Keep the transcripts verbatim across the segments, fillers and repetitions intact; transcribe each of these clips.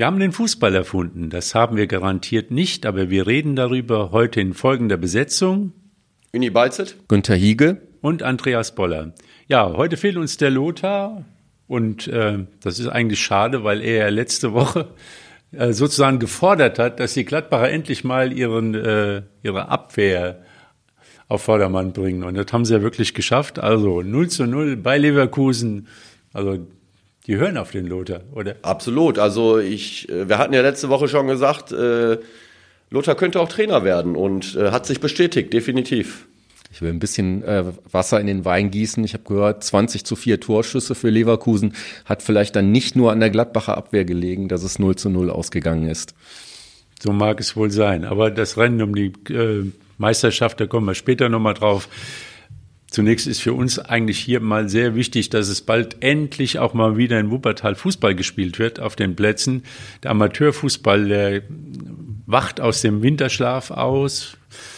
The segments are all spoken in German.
Wir haben den Fußball erfunden, das haben wir garantiert nicht, aber wir reden darüber heute in folgender Besetzung. Uni Balzet, Günther Hiege und Andreas Boller. Ja, heute fehlt uns der Lothar und äh, das ist eigentlich schade, weil er ja letzte Woche äh, sozusagen gefordert hat, dass die Gladbacher endlich mal ihren, äh, ihre Abwehr auf Vordermann bringen. Und das haben sie ja wirklich geschafft. Also null zu null bei Leverkusen. Also die hören auf den Lothar, oder? Absolut. Also ich, wir hatten ja letzte Woche schon gesagt, äh, Lothar könnte auch Trainer werden und äh, hat sich bestätigt, definitiv. Ich will ein bisschen äh, Wasser in den Wein gießen. Ich habe gehört, zwanzig zu vier Torschüsse für Leverkusen hat vielleicht dann nicht nur an der Gladbacher Abwehr gelegen, dass es null zu null ausgegangen ist. So mag es wohl sein. Aber das Rennen um die äh, Meisterschaft, da kommen wir später nochmal drauf. Zunächst ist für uns eigentlich hier mal sehr wichtig, dass es bald endlich auch mal wieder in Wuppertal Fußball gespielt wird auf den Plätzen. Der Amateurfußball, der wacht aus dem Winterschlaf aus,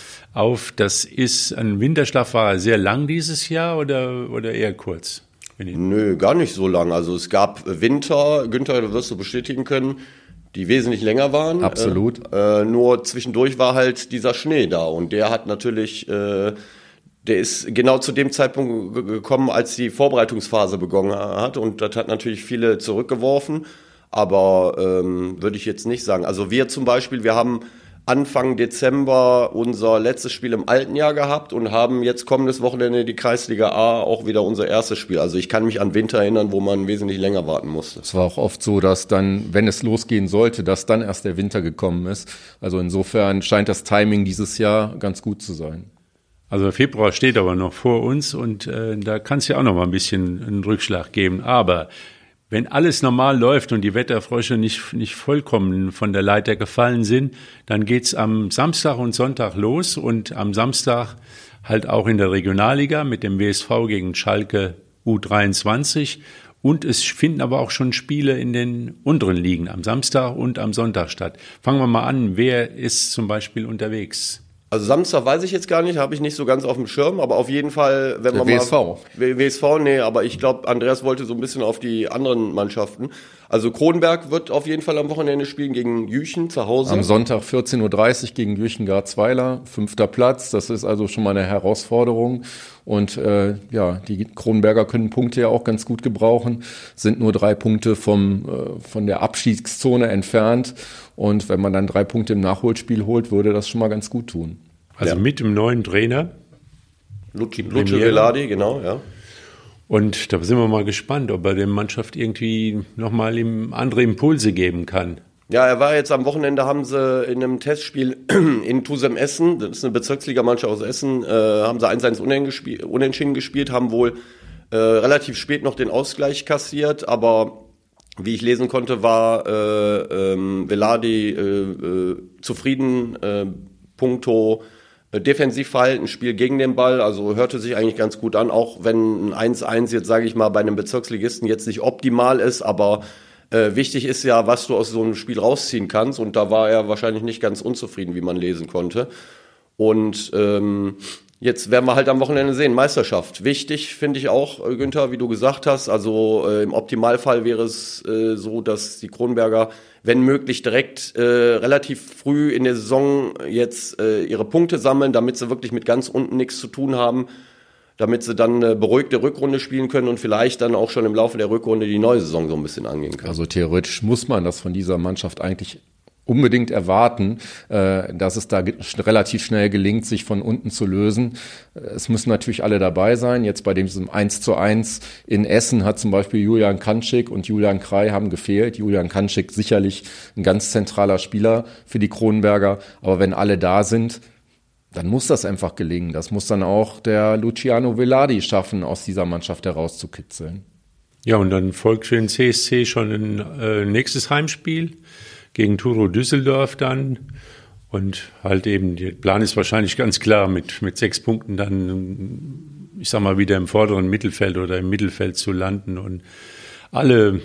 auf. Das ist, ein Winterschlaf war sehr lang dieses Jahr oder, oder eher kurz? Nö, gar nicht so lang. Also es gab Winter, Günther, du wirst du bestätigen können, die wesentlich länger waren. Absolut. Äh, nur zwischendurch war halt dieser Schnee da und der hat natürlich... Äh, Der ist genau zu dem Zeitpunkt gekommen, als die Vorbereitungsphase begonnen hat. Und das hat natürlich viele zurückgeworfen. Aber ähm, würde ich jetzt nicht sagen. Also wir zum Beispiel, wir haben Anfang Dezember unser letztes Spiel im alten Jahr gehabt und haben jetzt kommendes Wochenende die Kreisliga A auch wieder unser erstes Spiel. Also ich kann mich an Winter erinnern, wo man wesentlich länger warten musste. Es war auch oft so, dass dann, wenn es losgehen sollte, dass dann erst der Winter gekommen ist. Also insofern scheint das Timing dieses Jahr ganz gut zu sein. Also Februar steht aber noch vor uns und äh, da kann es ja auch noch mal ein bisschen einen Rückschlag geben. Aber wenn alles normal läuft und die Wetterfrösche nicht, nicht vollkommen von der Leiter gefallen sind, dann geht's am Samstag und Sonntag los und am Samstag halt auch in der Regionalliga mit dem W S V gegen Schalke U dreiundzwanzig. Und es finden aber auch schon Spiele in den unteren Ligen am Samstag und am Sonntag statt. Fangen wir mal an, wer ist zum Beispiel unterwegs? Also Samstag weiß ich jetzt gar nicht, habe ich nicht so ganz auf dem Schirm, aber auf jeden Fall, wenn man W S V. mal... W S V, nee, aber ich glaube, Andreas wollte so ein bisschen auf die anderen Mannschaften. Also Kronberg wird auf jeden Fall am Wochenende spielen gegen Jüchen zu Hause. Am Sonntag vierzehn Uhr dreißig gegen Jüchen Garzweiler, fünfter Platz, das ist also schon mal eine Herausforderung. Und äh, ja, die Kronberger können Punkte ja auch ganz gut gebrauchen, sind nur drei Punkte vom äh, von der Abstiegszone entfernt. Und wenn man dann drei Punkte im Nachholspiel holt, würde das schon mal ganz gut tun. Also ja. Mit dem neuen Trainer. Lucio Velarde, genau, ja. Und da sind wir mal gespannt, ob er der Mannschaft irgendwie nochmal andere Impulse geben kann. Ja, er war jetzt am Wochenende, haben sie in einem Testspiel in Tusem Essen, das ist eine Bezirksligamannschaft aus Essen, äh, haben sie eins eins unentschieden gespielt, haben wohl äh, relativ spät noch den Ausgleich kassiert, aber wie ich lesen konnte, war äh, ähm, Velarde äh, äh, zufrieden, äh, puncto äh, Defensivverhalten, Spiel gegen den Ball, also hörte sich eigentlich ganz gut an, auch wenn ein eins eins jetzt, sage ich mal, bei einem Bezirksligisten jetzt nicht optimal ist, aber äh, wichtig ist ja, was du aus so einem Spiel rausziehen kannst und da war er wahrscheinlich nicht ganz unzufrieden, wie man lesen konnte. Und ähm, jetzt werden wir halt am Wochenende sehen, Meisterschaft. Wichtig finde ich auch, Günther, wie du gesagt hast, also äh, im Optimalfall wäre es äh, so, dass die Kronberger, wenn möglich, direkt äh, relativ früh in der Saison jetzt äh, ihre Punkte sammeln, damit sie wirklich mit ganz unten nichts zu tun haben, damit sie dann eine beruhigte Rückrunde spielen können und vielleicht dann auch schon im Laufe der Rückrunde die neue Saison so ein bisschen angehen können. Also theoretisch muss man das von dieser Mannschaft eigentlich unbedingt erwarten, äh, dass es da ge- relativ schnell gelingt, sich von unten zu lösen. Es müssen natürlich alle dabei sein. Jetzt bei diesem eins zu eins in Essen hat zum Beispiel Julian Kanschik und Julian Krei haben gefehlt. Julian Kanschik sicherlich ein ganz zentraler Spieler für die Kronberger. Aber wenn alle da sind, dann muss das einfach gelingen. Das muss dann auch der Luciano Velarde schaffen, aus dieser Mannschaft herauszukitzeln. Ja, und dann folgt für den C S C schon ein äh, nächstes Heimspiel gegen Turo Düsseldorf dann. Und halt eben, der Plan ist wahrscheinlich ganz klar, mit, mit sechs Punkten dann, ich sag mal, wieder im vorderen Mittelfeld oder im Mittelfeld zu landen und alle,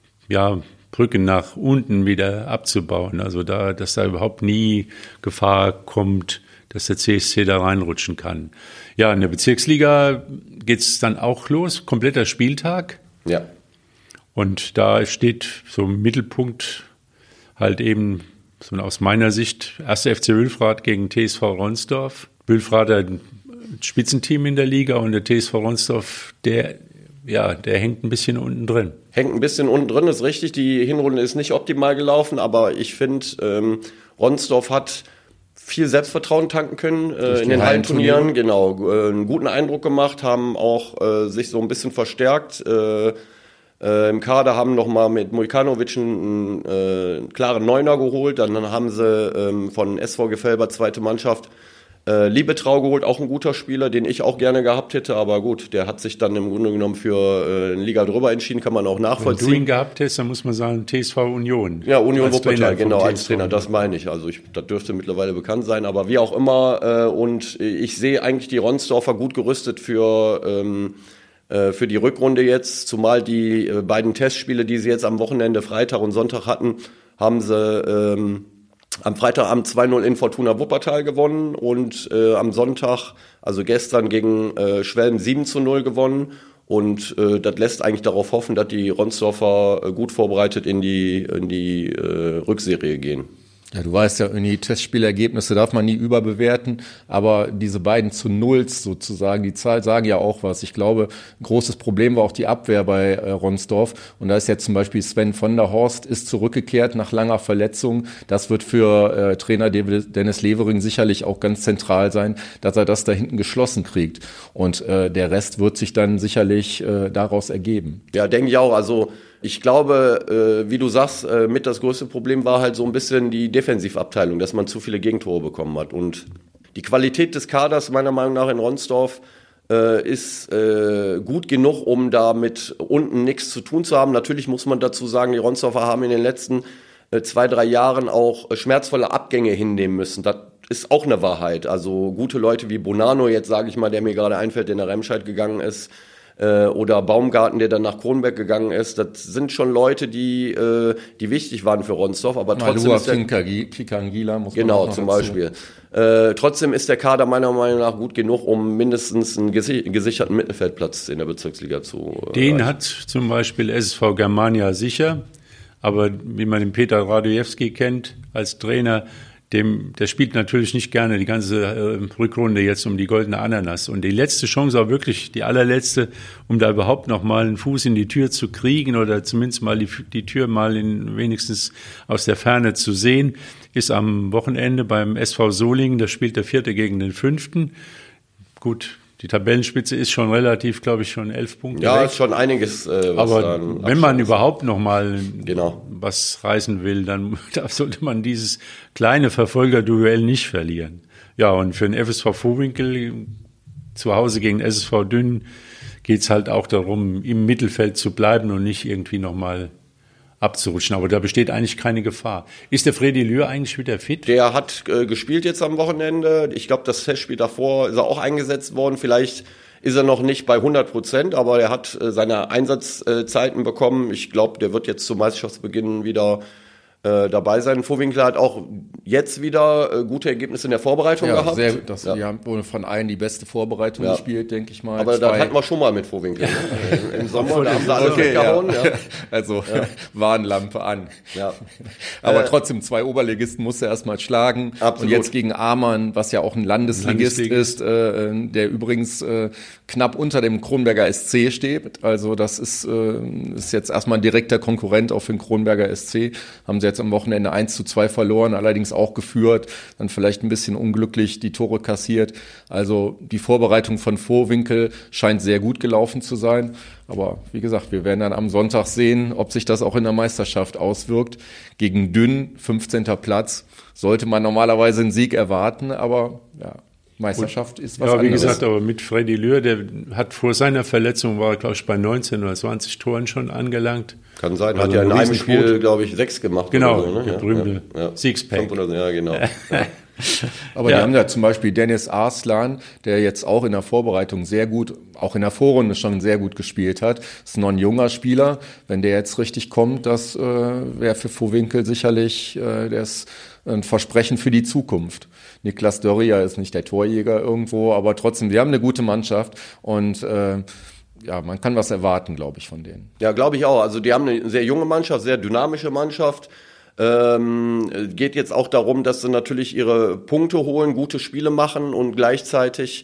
ja, Brücken nach unten wieder abzubauen. Also da, dass da überhaupt nie Gefahr kommt, dass der C S C da reinrutschen kann. Ja, in der Bezirksliga geht's dann auch los, kompletter Spieltag. Ja. Und da steht so im Mittelpunkt halt eben aus meiner Sicht erster F C Wülfrath gegen T S V Ronsdorf. Wülfrath hat ein Spitzenteam in der Liga und der T S V Ronsdorf, der, ja, der hängt ein bisschen unten drin. Hängt ein bisschen unten drin, ist richtig. Die Hinrunde ist nicht optimal gelaufen, aber ich finde, ähm, Ronsdorf hat viel Selbstvertrauen tanken können äh, in den Hallenturnieren, genau, äh, einen guten Eindruck gemacht, haben auch äh, sich so ein bisschen verstärkt. Äh, äh, Im Kader haben nochmal mit Mujkanovic einen, äh, einen klaren Neuner geholt, dann haben sie äh, von S V Gefälber zweite Mannschaft Äh, Liebetrau geholt, auch ein guter Spieler, den ich auch gerne gehabt hätte, aber gut, der hat sich dann im Grunde genommen für äh, eine Liga drüber entschieden, kann man auch nachvollziehen. Wenn du ihn gehabt hättest, dann muss man sagen T S V Union. Ja, Union Wuppertal, genau, als Trainer, das meine ich. Also ich, das dürfte mittlerweile bekannt sein, aber wie auch immer, äh, und ich sehe eigentlich die Ronsdorfer gut gerüstet für ähm, äh, für die Rückrunde jetzt, zumal die äh, beiden Testspiele, die sie jetzt am Wochenende Freitag und Sonntag hatten, haben sie ähm, am Freitagabend zwei null in Fortuna Wuppertal gewonnen und äh, am Sonntag, also gestern gegen äh, Schwelm sieben zu null gewonnen. Und äh, das lässt eigentlich darauf hoffen, dass die Ronsdorfer äh, gut vorbereitet in die, in die äh, Rückserie gehen. Ja, du weißt ja, die Testspielergebnisse darf man nie überbewerten, aber diese beiden zu Nulls sozusagen, die Zahl sagen ja auch was. Ich glaube, ein großes Problem war auch die Abwehr bei äh, Ronsdorf und da ist jetzt zum Beispiel Sven von der Horst ist zurückgekehrt nach langer Verletzung. Das wird für äh, Trainer Dennis Levering sicherlich auch ganz zentral sein, dass er das da hinten geschlossen kriegt und äh, der Rest wird sich dann sicherlich äh, daraus ergeben. Ja, denke ich auch. Also ich glaube, äh, wie du sagst, äh, mit das größte Problem war halt so ein bisschen die Defensivabteilung, dass man zu viele Gegentore bekommen hat. Und die Qualität des Kaders meiner Meinung nach in Ronsdorf äh, ist äh, gut genug, um da mit unten nichts zu tun zu haben. Natürlich muss man dazu sagen, die Ronsdorfer haben in den letzten äh, zwei, drei Jahren auch äh, schmerzvolle Abgänge hinnehmen müssen. Das ist auch eine Wahrheit. Also gute Leute wie Bonanno, jetzt sage ich mal, der mir gerade einfällt, der nach Remscheid gegangen ist, oder Baumgarten, der dann nach Kronberg gegangen ist. Das sind schon Leute, die die wichtig waren für Ronsdorf, aber trotzdem ist der Kikangila muss man genau zum Beispiel. Äh, trotzdem ist der Kader meiner Meinung nach gut genug, um mindestens einen gesicherten Mittelfeldplatz in der Bezirksliga zu äh, Den hat zum Beispiel S S V Germania sicher, aber wie man den Peter Radojewski kennt als Trainer, Dem, der spielt natürlich nicht gerne die ganze äh, Rückrunde jetzt um die goldene Ananas. Und die letzte Chance, auch wirklich die allerletzte, um da überhaupt noch mal einen Fuß in die Tür zu kriegen oder zumindest mal die, die Tür mal in, wenigstens aus der Ferne zu sehen, ist am Wochenende beim S V Solingen. Da spielt der Vierte gegen den Fünften. Gut, die Tabellenspitze ist schon relativ, glaube ich, schon elf Punkte Ja, weg. ist schon einiges. Äh, was Aber dann wenn man überhaupt noch mal genau. was reißen will, dann da sollte man dieses kleine Verfolgerduell nicht verlieren. Ja, und für den F S V Vohwinkel zu Hause gegen S S V Dünn geht's halt auch darum, im Mittelfeld zu bleiben und nicht irgendwie noch mal abzurutschen. Aber da besteht eigentlich keine Gefahr. Ist der Freddy Lühr eigentlich wieder fit? Der hat äh, gespielt jetzt am Wochenende. Ich glaube, das Testspiel davor ist er auch eingesetzt worden. Vielleicht ist er noch nicht bei hundert Prozent, aber er hat äh, seine Einsatzzeiten bekommen. Ich glaube, der wird jetzt zum Meisterschaftsbeginn wieder äh, dabei sein. Vohwinkel hat auch jetzt wieder äh, gute Ergebnisse in der Vorbereitung ja, gehabt. Sehr, das, ja. Die haben wohl von allen die beste Vorbereitung ja. gespielt, denke ich mal. Aber Zwei. das hatten wir schon mal mit Vohwinkel. Ne? Im, Im Sommer, da haben sie alles okay, weggehauen. Ja. Ja. Also ja. Warnlampe an. Ja. Aber äh, trotzdem, zwei Oberligisten musste er erstmal schlagen. Absolut. Und jetzt gegen Amann, was ja auch ein Landesligist, Landesligist. ist, äh, der übrigens äh, knapp unter dem Kronberger S C steht. Also das ist, äh, ist jetzt erstmal ein direkter Konkurrent auch für den Kronberger S C. Haben sie jetzt am Wochenende eins zu zwei verloren, allerdings auch geführt, dann vielleicht ein bisschen unglücklich die Tore kassiert. Also die Vorbereitung von Vohwinkel scheint sehr gut gelaufen zu sein. Aber wie gesagt, wir werden dann am Sonntag sehen, ob sich das auch in der Meisterschaft auswirkt. Gegen Dünn, fünfzehnter Platz, sollte man normalerweise einen Sieg erwarten, aber ja, Meisterschaft ist was ja, anderes. Ja, wie gesagt, aber mit Freddy Lühr, der hat vor seiner Verletzung, war glaube ich bei neunzehn oder zwanzig Toren schon angelangt. Kann sein, also hat ja in einem Spiel, glaube ich, sechs gemacht. Genau, oder so, ne? der ja, berühmte ja, ja. Sixpack. Ja, genau. Ja. Aber ja. die haben ja zum Beispiel Dennis Arslan, der jetzt auch in der Vorbereitung sehr gut, auch in der Vorrunde schon sehr gut gespielt hat. Ist noch ein junger Spieler. Wenn der jetzt richtig kommt, das äh, wäre für Vohwinkel sicherlich äh, das ein Versprechen für die Zukunft. Niklas Dörrier ist nicht der Torjäger irgendwo, aber trotzdem, wir haben eine gute Mannschaft und äh, ja, man kann was erwarten, glaube ich, von denen. Ja, glaube ich auch. Also die haben eine sehr junge Mannschaft, sehr dynamische Mannschaft. Ähm, geht jetzt auch darum, dass sie natürlich ihre Punkte holen, gute Spiele machen und gleichzeitig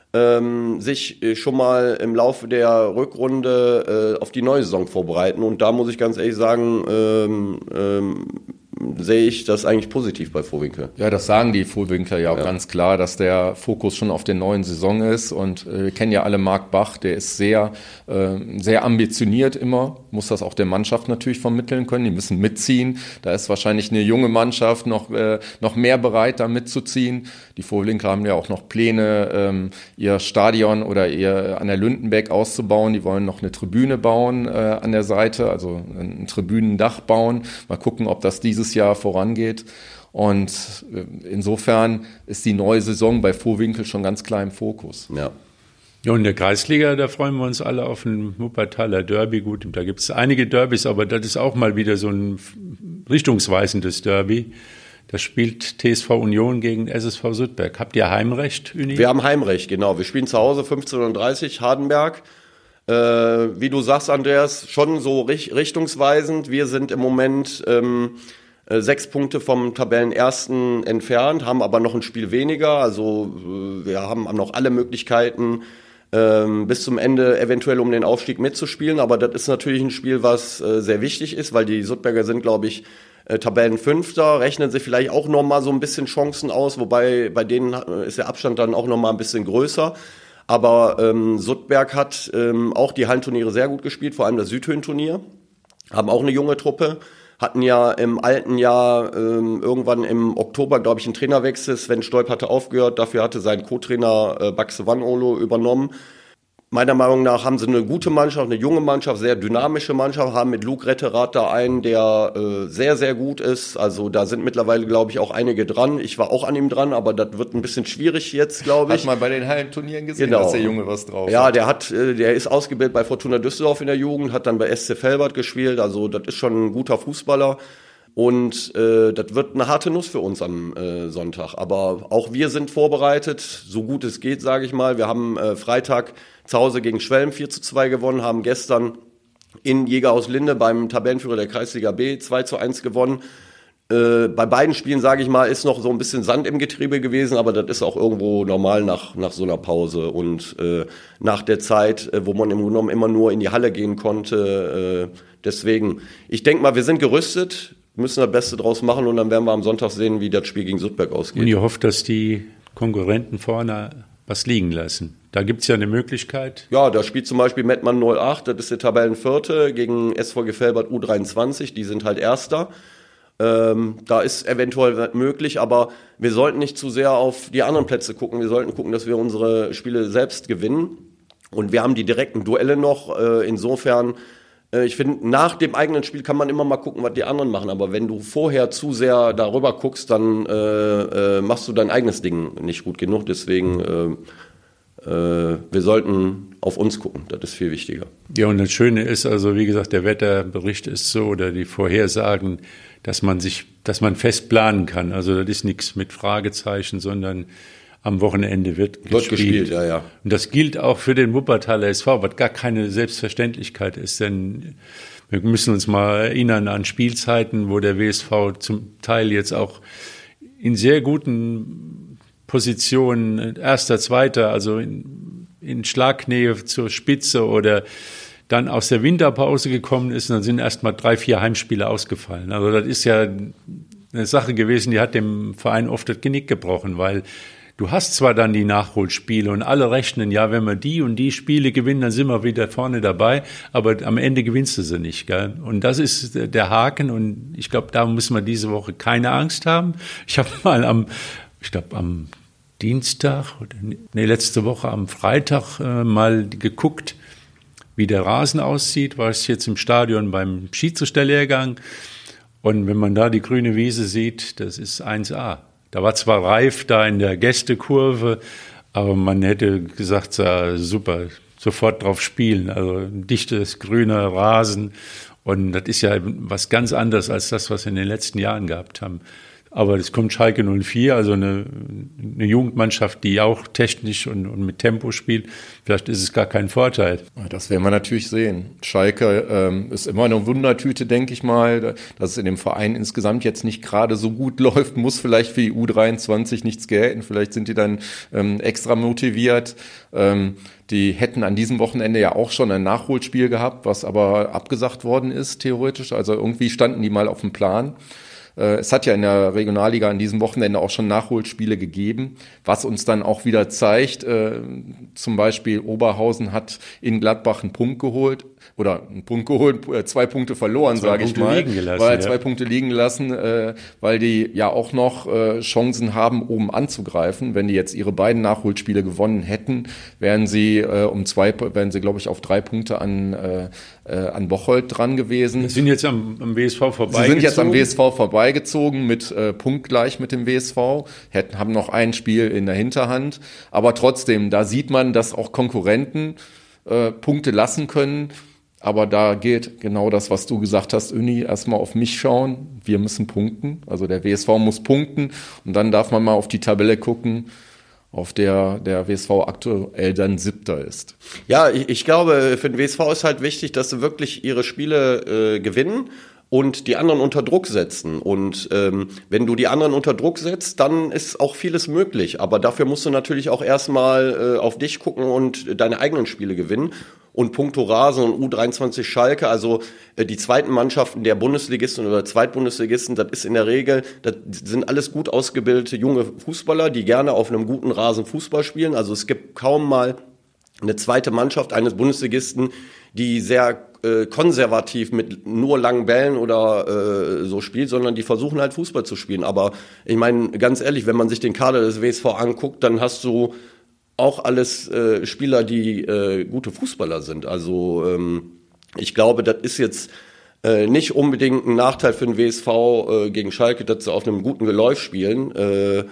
ähm, sich schon mal im Laufe der Rückrunde äh, auf die neue Saison vorbereiten. Und da muss ich ganz ehrlich sagen, ähm, ähm, sehe ich das eigentlich positiv bei Vohwinkel. Ja, das sagen die Vohwinkler ja auch Ja. ganz klar, dass der Fokus schon auf der neuen Saison ist. Und äh, wir kennen ja alle Marc Bach, der ist sehr, äh, sehr ambitioniert immer, muss das auch der Mannschaft natürlich vermitteln können. Die müssen mitziehen. Da ist wahrscheinlich eine junge Mannschaft noch, äh, noch mehr bereit, da mitzuziehen. Die Vohwinkler haben ja auch noch Pläne, ähm, ihr Stadion oder ihr an der Lündenbeck auszubauen. Die wollen noch eine Tribüne bauen äh, an der Seite, also ein Tribünendach bauen. Mal gucken, ob das dieses Jahr vorangeht. Und äh, insofern ist die neue Saison bei Vohwinkel schon ganz klar im Fokus. Ja. Ja, und in der Kreisliga, da freuen wir uns alle auf ein Wuppertaler Derby. Gut, da gibt es einige Derbys, aber das ist auch mal wieder so ein richtungsweisendes Derby. Da spielt T S V Union gegen S S V Südberg. Habt ihr Heimrecht, Uni? Wir haben Heimrecht, genau. Wir spielen zu Hause fünfzehn Uhr dreißig, Hardenberg. Äh, wie du sagst, Andreas, schon so richt- richtungsweisend. Wir sind im Moment ähm, äh, sechs Punkte vom Tabellenersten entfernt, haben aber noch ein Spiel weniger. Also äh, wir haben noch alle Möglichkeiten, ähm, bis zum Ende eventuell um den Aufstieg mitzuspielen. Aber das ist natürlich ein Spiel, was äh, sehr wichtig ist, weil die Südberger sind, glaube ich, äh, Tabellenfünfter, rechnen sie vielleicht auch noch mal so ein bisschen Chancen aus, wobei bei denen äh, ist der Abstand dann auch noch mal ein bisschen größer. Aber ähm, Südberg hat ähm, auch die Hallenturniere sehr gut gespielt, vor allem das Südhöhen-Turnier. Haben auch eine junge Truppe, hatten ja im alten Jahr ähm, irgendwann im Oktober, glaube ich, einen Trainerwechsel. Sven Stolp hatte aufgehört, dafür hatte sein Co-Trainer äh, Baxe Vanolo übernommen. Meiner Meinung nach haben sie eine gute Mannschaft, eine junge Mannschaft, sehr dynamische Mannschaft, haben mit Luke Retterath da einen, der äh, sehr, sehr gut ist. Also da sind mittlerweile, glaube ich, auch einige dran. Ich war auch an ihm dran, aber das wird ein bisschen schwierig jetzt, glaube ich. Hat man bei den Hallenturnieren gesehen, Genau. dass der Junge was drauf Ja, hat. der hat, äh, der ist ausgebildet bei Fortuna Düsseldorf in der Jugend, hat dann bei S C Velbert gespielt. Also das ist schon ein guter Fußballer. Und äh, das wird eine harte Nuss für uns am äh, Sonntag. Aber auch wir sind vorbereitet, so gut es geht, sage ich mal. Wir haben äh, Freitag zu Hause gegen Schwelm vier zu zwei gewonnen, haben gestern in Jägerhaus Linde beim Tabellenführer der Kreisliga B zwei zu eins gewonnen. Äh, bei beiden Spielen, sage ich mal, ist noch so ein bisschen Sand im Getriebe gewesen, aber das ist auch irgendwo normal nach, nach so einer Pause. Und äh, nach der Zeit, äh, wo man im Grunde genommen immer nur in die Halle gehen konnte. Äh, deswegen, ich denke mal, wir sind gerüstet, müssen das Beste draus machen und dann werden wir am Sonntag sehen, wie das Spiel gegen Südberg ausgeht. Und ihr hofft, dass die Konkurrenten vorne was liegen lassen. Da gibt es ja eine Möglichkeit. Ja, da spielt zum Beispiel Mettmann null acht, das ist der Tabellenvierte, gegen S V G Velbert U dreiundzwanzig, die sind halt Erster. Ähm, da ist eventuell was möglich, aber wir sollten nicht zu sehr auf die anderen Plätze gucken. Wir sollten gucken, dass wir unsere Spiele selbst gewinnen. Und wir haben die direkten Duelle noch. Äh, insofern, äh, ich finde, nach dem eigenen Spiel kann man immer mal gucken, was die anderen machen. Aber wenn du vorher zu sehr darüber guckst, dann äh, äh, machst du dein eigenes Ding nicht gut genug. Deswegen, äh, äh, wir sollten auf uns gucken. Das ist viel wichtiger. Ja, und das Schöne ist also, wie gesagt, der Wetterbericht ist so oder die Vorhersagen, dass man sich, dass man fest planen kann. Also das ist nichts mit Fragezeichen, sondern am Wochenende wird, Wird gespielt. gespielt, ja, ja. Und das gilt auch für den Wuppertaler S V, was gar keine Selbstverständlichkeit ist, denn wir müssen uns mal erinnern an Spielzeiten, wo der W S V zum Teil jetzt auch in sehr guten Positionen, erster, zweiter, also in, in Schlagnähe zur Spitze oder dann aus der Winterpause gekommen ist, und dann sind erst mal drei, vier Heimspiele ausgefallen. Also das ist ja eine Sache gewesen, die hat dem Verein oft das Genick gebrochen, weil du hast zwar dann die Nachholspiele und alle rechnen, ja, wenn wir die und die Spiele gewinnen, dann sind wir wieder vorne dabei, aber am Ende gewinnst du sie nicht, gell? Und das ist der Haken und ich glaube, da muss man diese Woche keine Angst haben. Ich habe mal am, ich glaube am Dienstag, oder nee, letzte Woche am Freitag äh, mal geguckt, wie der Rasen aussieht, war ich jetzt im Stadion beim Schiedsrichterlehrgang und wenn man da die grüne Wiese sieht, das ist eins A. Da war zwar reif da in der Gästekurve, aber man hätte gesagt, ja, super, sofort drauf spielen. Also ein dichtes, grüner Rasen und das ist ja was ganz anderes als das, was wir in den letzten Jahren gehabt haben. Aber es kommt Schalke null vier, also eine, eine Jugendmannschaft, die auch technisch und, und mit Tempo spielt. Vielleicht ist es gar kein Vorteil. Das werden wir natürlich sehen. Schalke ähm, ist immer eine Wundertüte, denke ich mal. Dass es in dem Verein insgesamt jetzt nicht gerade so gut läuft, muss vielleicht für die U dreiundzwanzig nichts gelten. Vielleicht sind die dann ähm, extra motiviert. Ähm, die hätten an diesem Wochenende ja auch schon ein Nachholspiel gehabt, was aber abgesagt worden ist, theoretisch. Also irgendwie standen die mal auf dem Plan. Es hat ja in der Regionalliga an diesem Wochenende auch schon Nachholspiele gegeben, was uns dann auch wieder zeigt, äh, zum Beispiel Oberhausen hat in Gladbach einen Punkt geholt oder einen Punkt geholt, äh, zwei Punkte verloren, sage ich mal, liegen gelassen, weil ja. zwei Punkte liegen lassen, äh, weil die ja auch noch äh, Chancen haben, oben anzugreifen. Wenn die jetzt ihre beiden Nachholspiele gewonnen hätten, wären sie äh, um zwei, wären sie glaube ich auf drei Punkte an äh, äh, an Bocholt dran gewesen. Wir sind jetzt am, am W S V vorbeigezogen. Sie sind jetzt am W S V vorbeigezogen mit äh, punktgleich mit dem W S V, hätten, haben noch ein Spiel in der Hinterhand, aber trotzdem, da sieht man, dass auch Konkurrenten äh, Punkte lassen können, aber da gilt genau das, was du gesagt hast, Uni, erstmal auf mich schauen, wir müssen punkten, also der W S V muss punkten und dann darf man mal auf die Tabelle gucken, auf der der W S V aktuell dann Siebter ist. Ja, ich, ich glaube, für den W S V ist halt wichtig, dass sie wirklich ihre Spiele äh, gewinnen und die anderen unter Druck setzen. Und ähm, wenn du die anderen unter Druck setzt, dann ist auch vieles möglich. Aber dafür musst du natürlich auch erstmal äh, auf dich gucken und deine eigenen Spiele gewinnen. Und puncto Rasen und U dreiundzwanzig Schalke, also äh, die zweiten Mannschaften der Bundesligisten oder Zweitbundesligisten, das ist in der Regel, das sind alles gut ausgebildete junge Fußballer, die gerne auf einem guten Rasen Fußball spielen. Also es gibt kaum mal eine zweite Mannschaft eines Bundesligisten, die sehr äh, konservativ mit nur langen Bällen oder äh, so spielt, sondern die versuchen halt Fußball zu spielen. Aber ich meine, ganz ehrlich, wenn man sich den Kader des W S V anguckt, dann hast du auch alles äh, Spieler, die äh, gute Fußballer sind. Also ähm, ich glaube, das ist jetzt äh, nicht unbedingt ein Nachteil für den W S V äh, gegen Schalke, dass sie auf einem guten Geläuf spielen. Äh,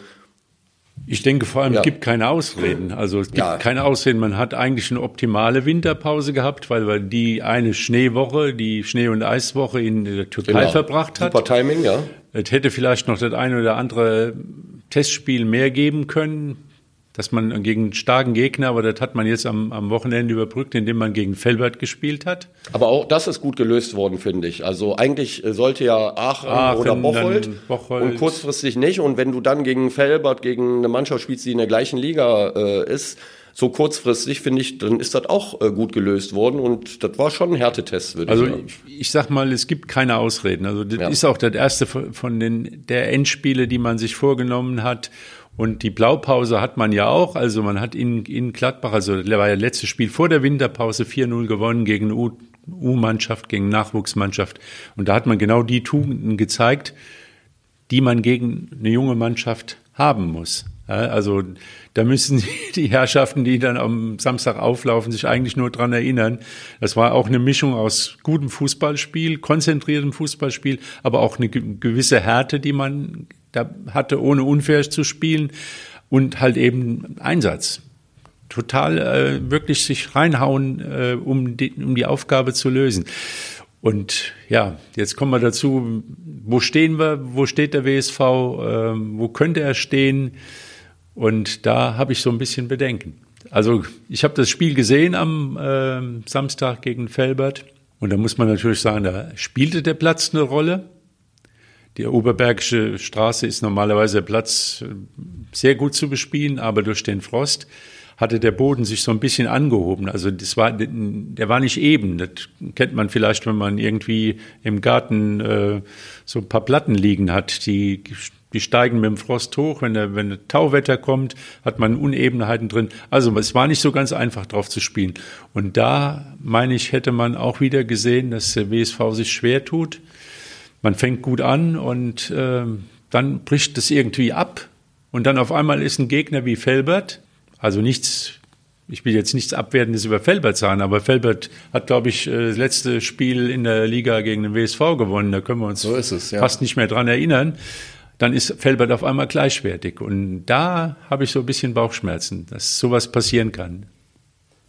Ich denke vor allem, Ja. es gibt keine Ausreden. Also es gibt Ja. keine Ausreden. Man hat eigentlich eine optimale Winterpause gehabt, weil man die eine Schneewoche, die Schnee- und Eiswoche in der Türkei genau. verbracht hat. Super Timing, ja. Es hätte vielleicht noch das eine oder andere Testspiel mehr geben können, dass man gegen einen starken Gegner, aber das hat man jetzt am, am Wochenende überbrückt, indem man gegen Velbert gespielt hat. Aber auch das ist gut gelöst worden, finde ich. Also eigentlich äh, sollte ja Aachen, Aachen, oder Bocholt, dann Bocholt. und kurzfristig nicht. Und wenn du dann gegen Velbert, gegen eine Mannschaft spielst, die in der gleichen Liga äh, ist, so kurzfristig, finde ich, dann ist das auch äh, gut gelöst worden. Und das war schon ein Härtetest, würde Also ich sagen. ich, ich sag mal, es gibt keine Ausreden. Also das Ja. ist auch das erste von von den der Endspiele, die man sich vorgenommen hat. Und die Blaupause hat man ja auch. Also man hat in, in Gladbach, also das war ja das letzte Spiel vor der Winterpause, vier null gewonnen gegen eine U- U-Mannschaft, gegen Nachwuchsmannschaft. Und da hat man genau die Tugenden gezeigt, die man gegen eine junge Mannschaft haben muss. Ja, also da müssen die Herrschaften, die dann am Samstag auflaufen, sich eigentlich nur dran erinnern. Das war auch eine Mischung aus gutem Fußballspiel, konzentriertem Fußballspiel, aber auch eine ge- gewisse Härte, die man da hatte, ohne unfair zu spielen und halt eben Einsatz. Total äh, wirklich sich reinhauen, äh, um, die, um die Aufgabe zu lösen. Und ja, jetzt kommen wir dazu, wo stehen wir, wo steht der W S V, äh, wo könnte er stehen? Und da habe ich so ein bisschen Bedenken. Also ich habe das Spiel gesehen am äh, Samstag gegen Velbert und da muss man natürlich sagen, da spielte der Platz eine Rolle. Die Oberbergische Straße ist normalerweise der Platz sehr gut zu bespielen, aber durch den Frost hatte der Boden sich so ein bisschen angehoben. Also das war, der war nicht eben. Das kennt man vielleicht, wenn man irgendwie im Garten äh, so ein paar Platten liegen hat, die die steigen mit dem Frost hoch. Wenn der, wenn der Tauwetter kommt, hat man Unebenheiten drin. Also es war nicht so ganz einfach, drauf zu spielen. Und da, meine ich, hätte man auch wieder gesehen, dass der W S V sich schwer tut. Man fängt gut an und äh, dann bricht es irgendwie ab. Und dann auf einmal ist ein Gegner wie Velbert, also nichts, ich will jetzt nichts Abwertendes über Velbert sagen, aber Velbert hat, glaube ich, das letzte Spiel in der Liga gegen den W S V gewonnen. Da können wir uns So ist es, ja. fast nicht mehr dran erinnern. Dann ist Velbert auf einmal gleichwertig. Und da habe ich so ein bisschen Bauchschmerzen, dass sowas passieren kann.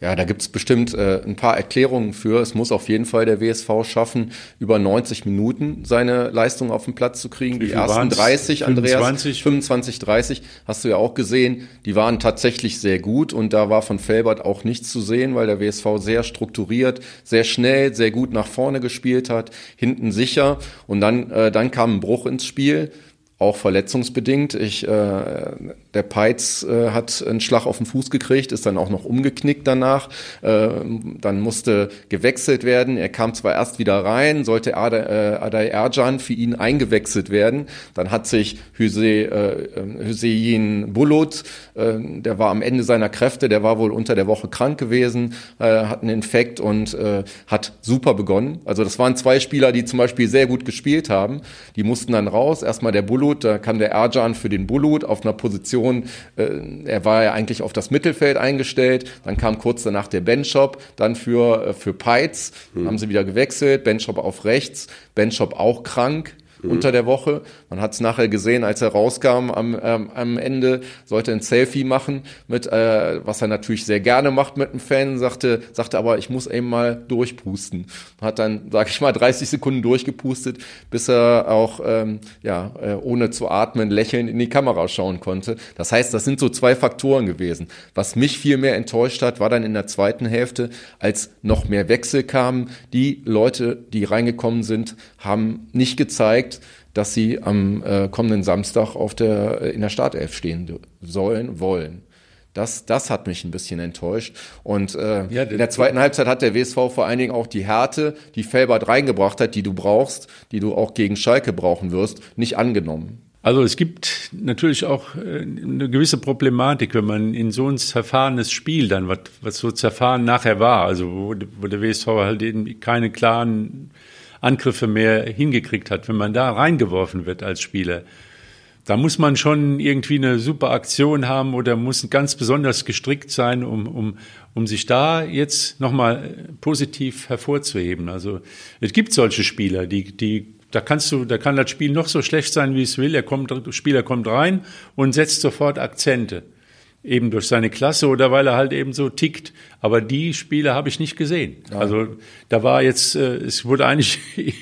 Ja, da gibt's bestimmt äh, ein paar Erklärungen für. Es muss auf jeden Fall der W S V schaffen, über neunzig Minuten seine Leistung auf den Platz zu kriegen. Die ersten dreißig, Andreas, fünfundzwanzig, fünfundzwanzig, dreißig, hast du ja auch gesehen, die waren tatsächlich sehr gut und da war von Felbert auch nichts zu sehen, weil der W S V sehr strukturiert, sehr schnell, sehr gut nach vorne gespielt hat, hinten sicher und dann, äh, dann kam ein Bruch ins Spiel. Auch verletzungsbedingt. Ich, äh, der Peitz äh, hat einen Schlag auf den Fuß gekriegt, ist dann auch noch umgeknickt danach. Äh, dann musste gewechselt werden. Er kam zwar erst wieder rein, sollte Aday Ercan für ihn eingewechselt werden. Dann hat sich Hüse, äh, Hüseyin Bulut, äh, der war am Ende seiner Kräfte, der war wohl unter der Woche krank gewesen, äh, hat einen Infekt und äh, hat super begonnen. Also das waren zwei Spieler, die zum Beispiel sehr gut gespielt haben. Die mussten dann raus. Erstmal der Bulut, da kam der Ercan für den Bulut auf einer Position, äh, er war ja eigentlich auf das Mittelfeld eingestellt, dann kam kurz danach der Benchop, dann für, äh, für Peitz, mhm. haben sie wieder gewechselt, Benchop auf rechts, Benchop auch krank. Mhm. Unter der Woche. Man hat es nachher gesehen, als er rauskam am, ähm, am Ende, sollte ein Selfie machen, mit äh, was er natürlich sehr gerne macht mit einem Fan, sagte, sagte aber, ich muss eben mal durchpusten. Hat dann, sag ich mal, dreißig Sekunden durchgepustet, bis er auch ähm, ja äh, ohne zu atmen, lächelnd in die Kamera schauen konnte. Das heißt, das sind so zwei Faktoren gewesen. Was mich viel mehr enttäuscht hat, war dann in der zweiten Hälfte, als noch mehr Wechsel kamen. Die Leute, die reingekommen sind, haben nicht gezeigt, dass sie am äh, kommenden Samstag auf der, in der Startelf stehen sollen, wollen. Das, das hat mich ein bisschen enttäuscht. Und äh, ja, in der zweiten Halbzeit hat der W S V vor allen Dingen auch die Härte, die Felbert reingebracht hat, die du brauchst, die du auch gegen Schalke brauchen wirst, nicht angenommen. Also es gibt natürlich auch eine gewisse Problematik, wenn man in so ein zerfahrenes Spiel dann, was, was so zerfahren nachher war, also wo, wo der W S V halt eben keine klaren Angriffe mehr hingekriegt hat, wenn man da reingeworfen wird als Spieler. Da muss man schon irgendwie eine super Aktion haben oder muss ganz besonders gestrickt sein, um, um, um sich da jetzt nochmal positiv hervorzuheben. Also es gibt solche Spieler, die, die, da kannst du, da kann das Spiel noch so schlecht sein, wie es will. Er kommt, der Spieler kommt rein und setzt sofort Akzente. Eben durch seine Klasse oder weil er halt eben so tickt. Aber die Spiele habe ich nicht gesehen. Ja. Also da war jetzt, äh, es wurde eigentlich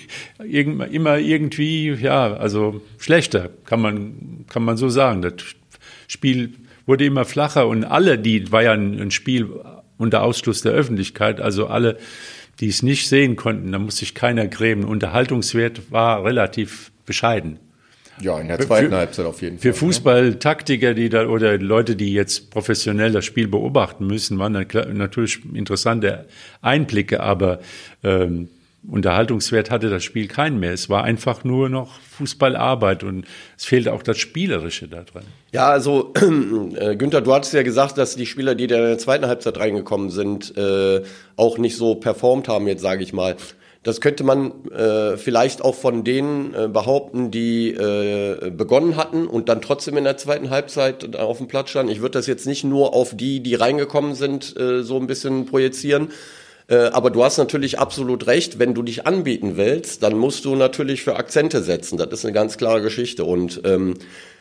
immer irgendwie, ja, also schlechter, kann man, kann man so sagen. Das Spiel wurde immer flacher und alle, die, war ja ein, ein Spiel unter Ausschluss der Öffentlichkeit, also alle, die es nicht sehen konnten, da muss sich keiner grämen. Unterhaltungswert war relativ bescheiden. Ja, in der zweiten für, Halbzeit auf jeden Fall. Für Fußballtaktiker, die da oder Leute, die jetzt professionell das Spiel beobachten müssen, waren dann natürlich interessante Einblicke, aber ähm, Unterhaltungswert hatte das Spiel keinen mehr. Es war einfach nur noch Fußballarbeit und es fehlte auch das Spielerische da drin. Ja, also äh, Günther, du hattest ja gesagt, dass die Spieler, die da in der zweiten Halbzeit reingekommen sind, äh, auch nicht so performt haben, jetzt sage ich mal. Das könnte man äh, vielleicht auch von denen äh, behaupten, die äh, begonnen hatten und dann trotzdem in der zweiten Halbzeit auf dem Platz standen. Ich würde das jetzt nicht nur auf die, die reingekommen sind, äh, so ein bisschen projizieren. Äh, aber du hast natürlich absolut recht, wenn du dich anbieten willst, dann musst du natürlich für Akzente setzen. Das ist eine ganz klare Geschichte. Und ähm,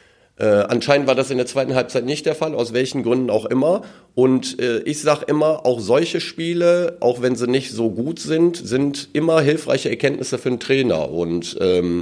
Äh, anscheinend war das in der zweiten Halbzeit nicht der Fall, aus welchen Gründen auch immer. Und äh, ich sag immer, auch solche Spiele, auch wenn sie nicht so gut sind, sind immer hilfreiche Erkenntnisse für einen Trainer. Und ähm,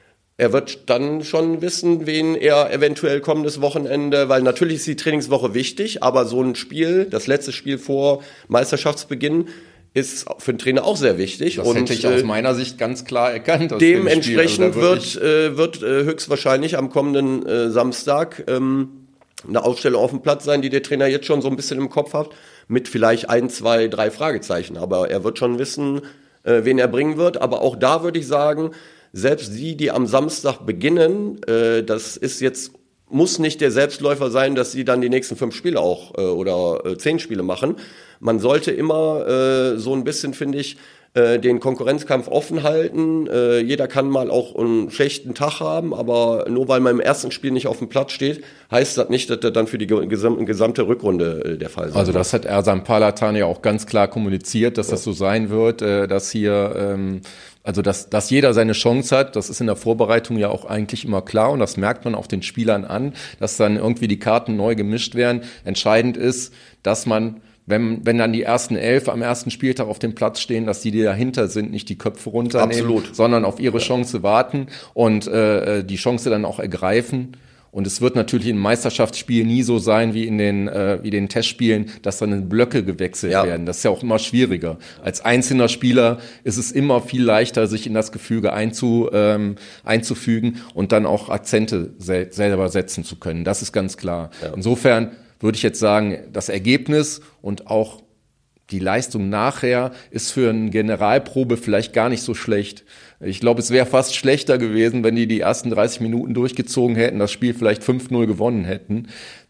er wird dann schon wissen, wen er eventuell kommendes Wochenende, weil natürlich ist die Trainingswoche wichtig, aber so ein Spiel, das letzte Spiel vor Meisterschaftsbeginn, ist für den Trainer auch sehr wichtig. Das und hätte ich aus meiner Sicht ganz klar erkannt. Dementsprechend also wird, äh, wird äh, höchstwahrscheinlich am kommenden äh, Samstag ähm, eine Aufstellung auf dem Platz sein, die der Trainer jetzt schon so ein bisschen im Kopf hat, mit vielleicht ein, zwei, drei Fragezeichen. Aber er wird schon wissen, äh, wen er bringen wird. Aber auch da würde ich sagen, selbst die, die am Samstag beginnen, äh, das ist jetzt, muss nicht der Selbstläufer sein, dass sie dann die nächsten fünf Spiele auch äh, oder äh, zehn Spiele machen. Man sollte immer äh, so ein bisschen, finde ich, äh, den Konkurrenzkampf offen halten. Äh, jeder kann mal auch einen schlechten Tag haben, aber nur weil man im ersten Spiel nicht auf dem Platz steht, heißt das nicht, dass das dann für die gesam- gesamte Rückrunde äh, der Fall sein Also das hat Ersan Palatan ja auch ganz klar kommuniziert, dass ja. das so sein wird, äh, dass hier... Ähm Also, dass, dass jeder seine Chance hat, das ist in der Vorbereitung ja auch eigentlich immer klar und das merkt man auch den Spielern an, dass dann irgendwie die Karten neu gemischt werden. Entscheidend ist, dass man wenn, wenn dann die ersten elf am ersten Spieltag auf dem Platz stehen, dass die, die dahinter sind, nicht die Köpfe runternehmen, Absolut. sondern auf ihre Chance warten und äh, die Chance dann auch ergreifen. Und es wird natürlich im Meisterschaftsspiel nie so sein wie in den äh, wie den Testspielen, dass dann in Blöcke gewechselt ja. werden. Das ist ja auch immer schwieriger. Als einzelner Spieler ist es immer viel leichter, sich in das Gefüge einzu, ähm, einzufügen und dann auch Akzente sel- selber setzen zu können. Das ist ganz klar. Ja. Insofern würde ich jetzt sagen, das Ergebnis und auch die Leistung nachher ist für eine Generalprobe vielleicht gar nicht so schlecht. Ich glaube, es wäre fast schlechter gewesen, wenn die die ersten dreißig Minuten durchgezogen hätten, das Spiel vielleicht fünf null gewonnen hätten.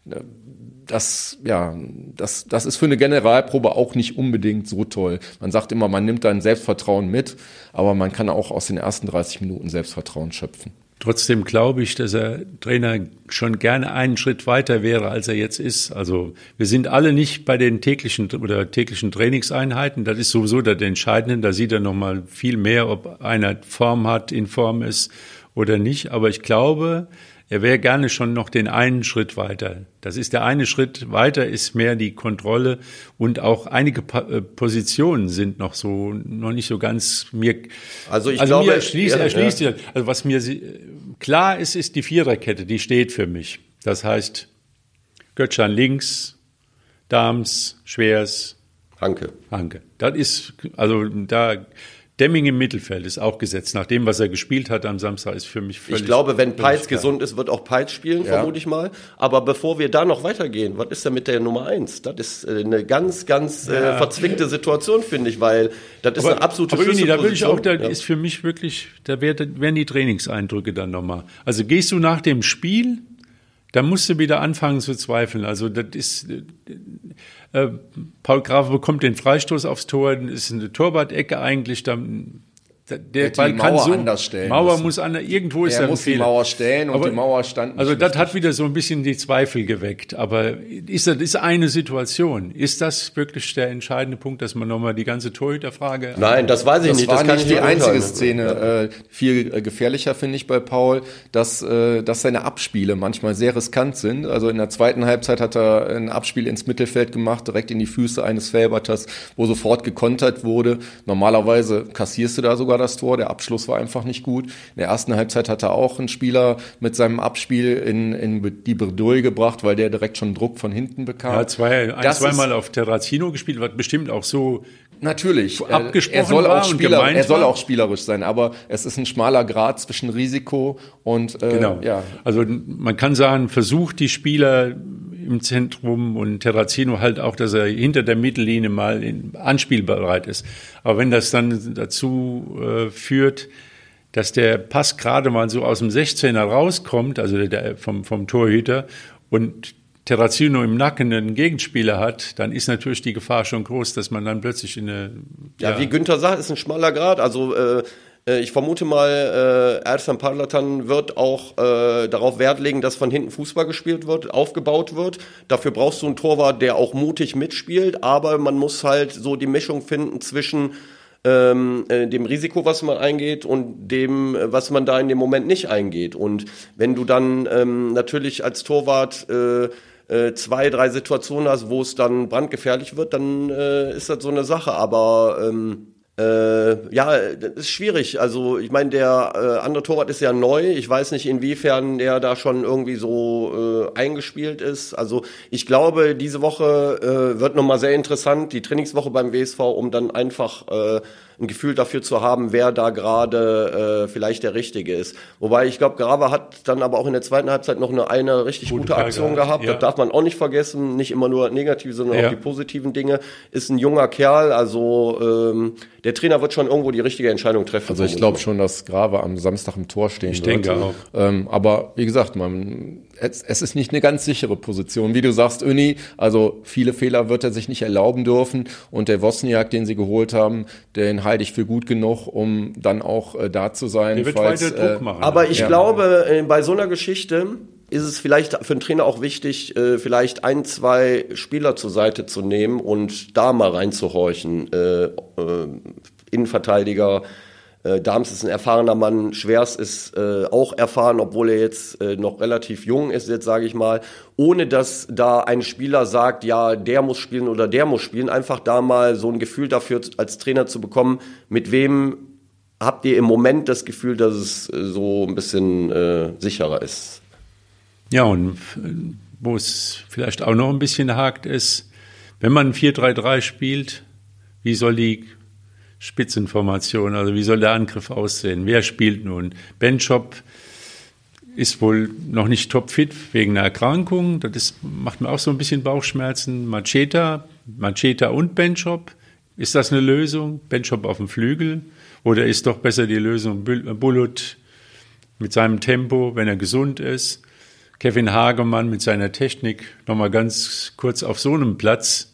Das, ja, das, das ist für eine Generalprobe auch nicht unbedingt so toll. Man sagt immer, man nimmt dann Selbstvertrauen mit, aber man kann auch aus den ersten dreißig Minuten Selbstvertrauen schöpfen. Trotzdem glaube ich, dass der Trainer schon gerne einen Schritt weiter wäre, als er jetzt ist. Also wir sind alle nicht bei den täglichen oder täglichen Trainingseinheiten. Das ist sowieso das Entscheidende. Da sieht er noch mal viel mehr, ob einer Form hat, in Form ist oder nicht. Aber ich glaube, er wäre gerne schon noch den einen Schritt weiter. Das ist der eine Schritt weiter, ist mehr die Kontrolle und auch einige pa- Positionen sind noch so, noch nicht so ganz mir. Also ich also glaube, mir erschließt, ja, erschließt ja. Die, also was mir klar ist, ist die Viererkette, die steht für mich. Das heißt, Götschan links, Dahms, Schwers, Hanke. Hanke. Das ist, also da, Demming im Mittelfeld ist auch gesetzt. Nach dem, was er gespielt hat am Samstag, ist für mich völlig. Ich glaube, wenn Peitz klar. gesund ist, wird auch Peitz spielen, Ja. vermute ich mal. Aber bevor wir da noch weitergehen, was ist denn mit der Nummer eins? Das ist äh, eine ganz, ganz äh, Ja. verzwickte Situation, finde ich, weil das ist Aber, eine absolute aber Uni, da will ich auch, da ja. ist für mich wirklich, da werden die Trainingseindrücke dann nochmal. Also gehst du nach dem Spiel, dann musst du wieder anfangen zu zweifeln. Also das ist, äh, Paul Graf bekommt den Freistoß aufs Tor, das ist eine Torwart-Ecke eigentlich, dann, der Hätte Ball die kann Mauer so, anders stellen Mauer müssen. muss an, irgendwo ist Er da ein muss die Fehler. Mauer stellen und Aber- die Mauer stand nicht Also das richtig. hat wieder so ein bisschen die Zweifel geweckt. Aber ist das ist eine Situation? Ist das wirklich der entscheidende Punkt, dass man nochmal die ganze Torhüterfrage? Nein, das weiß ich Das nicht. war das kann nicht ich die nicht einzige beurteilen. Szene. Äh, viel äh, gefährlicher finde ich bei Paul, dass, äh, dass seine Abspiele manchmal sehr riskant sind. Also in der zweiten Halbzeit hat er ein Abspiel ins Mittelfeld gemacht, direkt in die Füße eines Felberters, wo sofort gekontert wurde. Normalerweise kassierst du da sogar das Tor. Der Abschluss war einfach nicht gut. In der ersten Halbzeit hat er auch einen Spieler mit seinem Abspiel in, in die Bredouille gebracht, weil der direkt schon Druck von hinten bekam. Er hat zwei, ein, Das zweimal ist- auf Terrazino gespielt, was bestimmt auch so. Natürlich, er- abgesprochen er soll war auch und Spieler, gemeint er soll war. auch spielerisch sein, aber es ist ein schmaler Grat zwischen Risiko und äh, Genau. ja. Also man kann sagen, versucht die Spieler im Zentrum und Terrazino halt auch, dass er hinter der Mittellinie mal in, anspielbereit ist. Aber wenn das dann dazu äh, führt, dass der Pass gerade mal so aus dem sechzehner rauskommt, also der, der vom, vom Torhüter, und Terrazino im Nacken einen Gegenspieler hat, dann ist natürlich die Gefahr schon groß, dass man dann plötzlich in eine... Ja, wie Günther sagt, ist ein schmaler Grad. Also äh, äh, ich vermute mal, äh, Ersan Parlatan wird auch äh, darauf Wert legen, dass von hinten Fußball gespielt wird, aufgebaut wird. Dafür brauchst du einen Torwart, der auch mutig mitspielt, aber man muss halt so die Mischung finden zwischen ähm, äh, dem Risiko, was man eingeht, und dem, äh, was man da in dem Moment nicht eingeht. Und wenn du dann ähm, natürlich als Torwart äh, äh, zwei, drei Situationen hast, wo es dann brandgefährlich wird, dann äh, ist das so eine Sache. Aber ähm, äh, ja, das ist schwierig. Also ich meine, der äh, andere Torwart ist ja neu. Ich weiß nicht, inwiefern der da schon irgendwie so äh, eingespielt ist. Also ich glaube, diese Woche äh, wird nochmal sehr interessant, die Trainingswoche beim W S V, um dann einfach äh, ein Gefühl dafür zu haben, wer da gerade äh, vielleicht der Richtige ist. Wobei ich glaube, Grava hat dann aber auch in der zweiten Halbzeit noch eine, eine richtig Gute gute Frage Aktion gehabt, gehabt. ja. Das darf man auch nicht vergessen. Nicht immer nur negative, sondern Ja. auch die positiven Dinge. Ist ein junger Kerl, also ähm, der Trainer wird schon irgendwo die richtige Entscheidung treffen. Also ich glaube schon, dass Grave am Samstag im Tor stehen Ich wird. denke auch. Ähm, aber wie gesagt, man, es, es ist nicht eine ganz sichere Position. Wie du sagst, Uni, also viele Fehler wird er sich nicht erlauben dürfen. Und der Wozniak, den sie geholt haben, den halte ich für gut genug, um dann auch äh, da zu sein. Der wird falls, weiter Druck äh, machen. Aber ich Ja. glaube, äh, bei so einer Geschichte ist es vielleicht für einen Trainer auch wichtig, äh, vielleicht ein, zwei Spieler zur Seite zu nehmen und da mal reinzuhorchen. Äh, äh, Innenverteidiger, Äh, Dahms ist ein erfahrener Mann, Schwers ist äh, auch erfahren, obwohl er jetzt äh, noch relativ jung ist, jetzt sage ich mal, ohne dass da ein Spieler sagt, ja, der muss spielen oder der muss spielen, einfach da mal so ein Gefühl dafür als Trainer zu bekommen, mit wem habt ihr im Moment das Gefühl, dass es äh, so ein bisschen äh, sicherer ist? Ja, und wo es vielleicht auch noch ein bisschen hakt ist, wenn man vier drei drei spielt, wie soll die Spitzenformation, also wie soll der Angriff aussehen? Wer spielt nun? Benchop ist wohl noch nicht topfit wegen einer Erkrankung. Das ist, macht mir auch so ein bisschen Bauchschmerzen. Macheta, Macheta und Benchop. Ist das eine Lösung? Benchop auf dem Flügel? Oder ist doch besser die Lösung Bulut mit seinem Tempo, wenn er gesund ist? Kevin Hagemann mit seiner Technik nochmal ganz kurz auf so einem Platz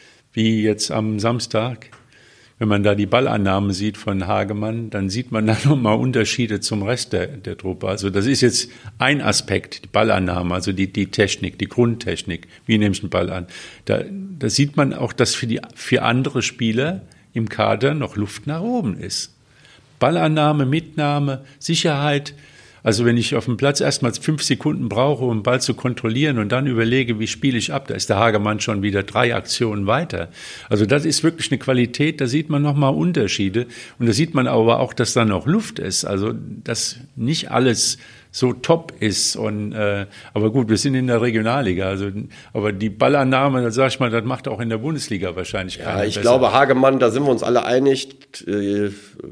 wie jetzt am Samstag. Wenn man da die Ballannahmen sieht von Hagemann, dann sieht man da nochmal Unterschiede zum Rest der, der Truppe. Also das ist jetzt ein Aspekt, die Ballannahme, also die, die Technik, die Grundtechnik. Wie nehme ich den Ball an? Da, da sieht man auch, dass für, die, für andere Spieler im Kader noch Luft nach oben ist. Ballannahme, Mitnahme, Sicherheit. Also wenn ich auf dem Platz erstmal fünf Sekunden brauche, um den Ball zu kontrollieren und dann überlege, wie spiele ich ab, da ist der Hagemann schon wieder drei Aktionen weiter. Also das ist wirklich eine Qualität, da sieht man nochmal Unterschiede. Und da sieht man aber auch, dass da noch Luft ist, also dass nicht alles so top ist. Und, äh, aber gut, wir sind in der Regionalliga, also, aber die Ballannahme, da sag ich mal, das macht auch in der Bundesliga wahrscheinlich keiner Ja, ich besser. glaube, Hagemann, da sind wir uns alle einig, äh,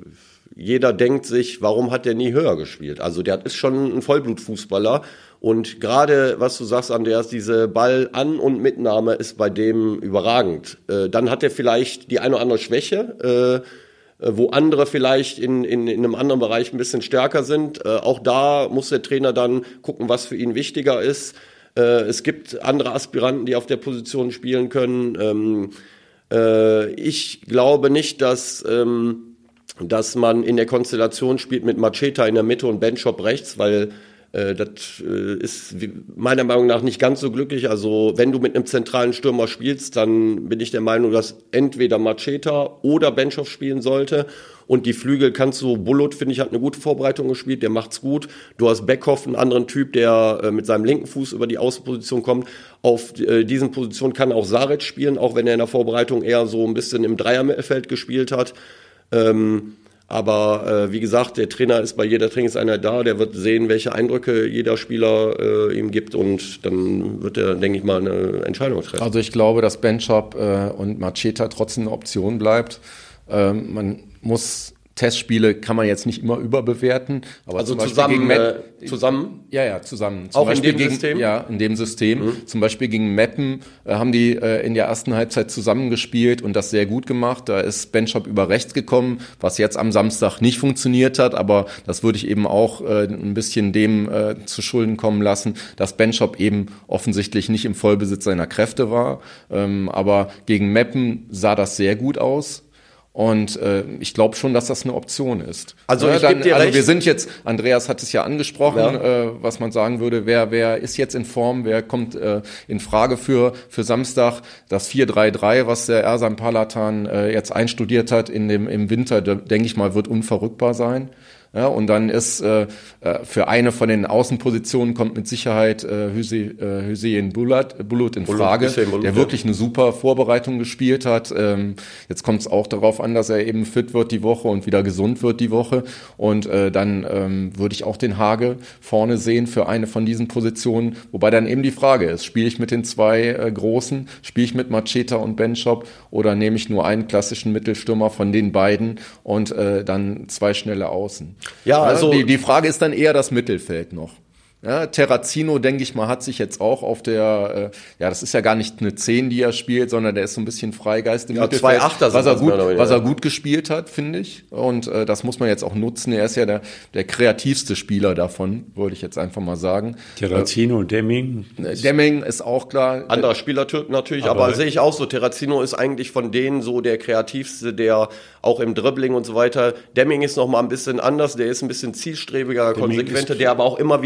jeder denkt sich, warum hat der nie höher gespielt? Also der ist schon ein Vollblutfußballer und gerade, was du sagst, Andreas, diese Ball-An- und Mitnahme ist bei dem überragend. Äh, dann hat er vielleicht die eine oder andere Schwäche, äh, wo andere vielleicht in, in, in einem anderen Bereich ein bisschen stärker sind. Äh, auch da muss der Trainer dann gucken, was für ihn wichtiger ist. Äh, es gibt andere Aspiranten, die auf der Position spielen können. Ähm, äh, ich glaube nicht, dass... Ähm, dass man in der Konstellation spielt mit Macheta in der Mitte und Benchop rechts, weil äh, das äh, ist wie, meiner Meinung nach nicht ganz so glücklich. Also wenn du mit einem zentralen Stürmer spielst, dann bin ich der Meinung, dass entweder Macheta oder Benchop spielen sollte. Und die Flügel kannst du, Bulut, finde ich, hat eine gute Vorbereitung gespielt, der macht's gut. Du hast Beckhoff, einen anderen Typ, der äh, mit seinem linken Fuß über die Außenposition kommt. Auf äh, diesen Positionen kann auch Saric spielen, auch wenn er in der Vorbereitung eher so ein bisschen im Dreiermittelfeld gespielt hat. Ähm, aber äh, wie gesagt, der Trainer ist bei jeder Trainingseinheit da, der wird sehen, welche Eindrücke jeder Spieler äh, ihm gibt und dann wird er, denke ich mal, eine Entscheidung treffen. Also ich glaube, dass Benchop äh, und Macheta trotzdem eine Option bleibt. Ähm, man muss Testspiele kann man jetzt nicht immer überbewerten, aber also zum zusammen, Beispiel gegen äh, zusammen? Ja, ja, zusammen. Zum Auch Beispiel in dem gegen, System? Ja, in dem System. Mhm. Zum Beispiel gegen Meppen äh, haben die äh, in der ersten Halbzeit zusammengespielt und das sehr gut gemacht. Da ist Benchop über rechts gekommen, was jetzt am Samstag nicht funktioniert hat, aber das würde ich eben auch äh, ein bisschen dem äh, zu Schulden kommen lassen, dass Benchop eben offensichtlich nicht im Vollbesitz seiner Kräfte war. Ähm, aber gegen Meppen sah das sehr gut aus. Und äh, ich glaube schon, dass das eine Option ist. Also, ja, ich dann, geb dir also recht. wir sind jetzt, Andreas hat es ja angesprochen, Ja. Äh, was man sagen würde, wer wer ist jetzt in Form, wer kommt äh, in Frage für für Samstag. Das vier drei drei, was der Ersan Palatan äh, jetzt einstudiert hat in dem im Winter, denke ich mal, wird unverrückbar sein. Ja, und dann ist äh, für eine von den Außenpositionen kommt mit Sicherheit äh, Hüseyin äh, Hüseyin Bulut, Bulut in Frage, Hüseyin Bulut, der ja. wirklich eine super Vorbereitung gespielt hat. Ähm, jetzt kommt es auch darauf an, dass er eben fit wird die Woche und wieder gesund wird die Woche. Und äh, dann ähm, würde ich auch den Hage vorne sehen für eine von diesen Positionen. Wobei dann eben die Frage ist, spiele ich mit den zwei äh, Großen, spiele ich mit Macheta und Benchop oder nehme ich nur einen klassischen Mittelstürmer von den beiden und äh, dann zwei schnelle Außen. Ja, also die, die Frage ist dann eher das Mittelfeld noch. Ja, Terrazino, denke ich mal, hat sich jetzt auch auf der, äh, ja, das ist ja gar nicht eine zehn, die er spielt, sondern der ist so ein bisschen Freigeist im Ja, Mittelfeld, zwei Achter sind was er das gut, mehr oder weniger. was er gut gespielt hat, finde ich. Und äh, das muss man jetzt auch nutzen. Er ist ja der, der kreativste Spieler davon, würde ich jetzt einfach mal sagen. Terrazino, Demming. Äh, Demming ist auch klar. Anderer Spielertyp natürlich, aber, Aber- sehe ich auch so. Terrazino ist eigentlich von denen so der kreativste, der auch im Dribbling und so weiter. Demming ist noch mal ein bisschen anders, der ist ein bisschen zielstrebiger, konsequenter, ist- der aber auch immer wieder in die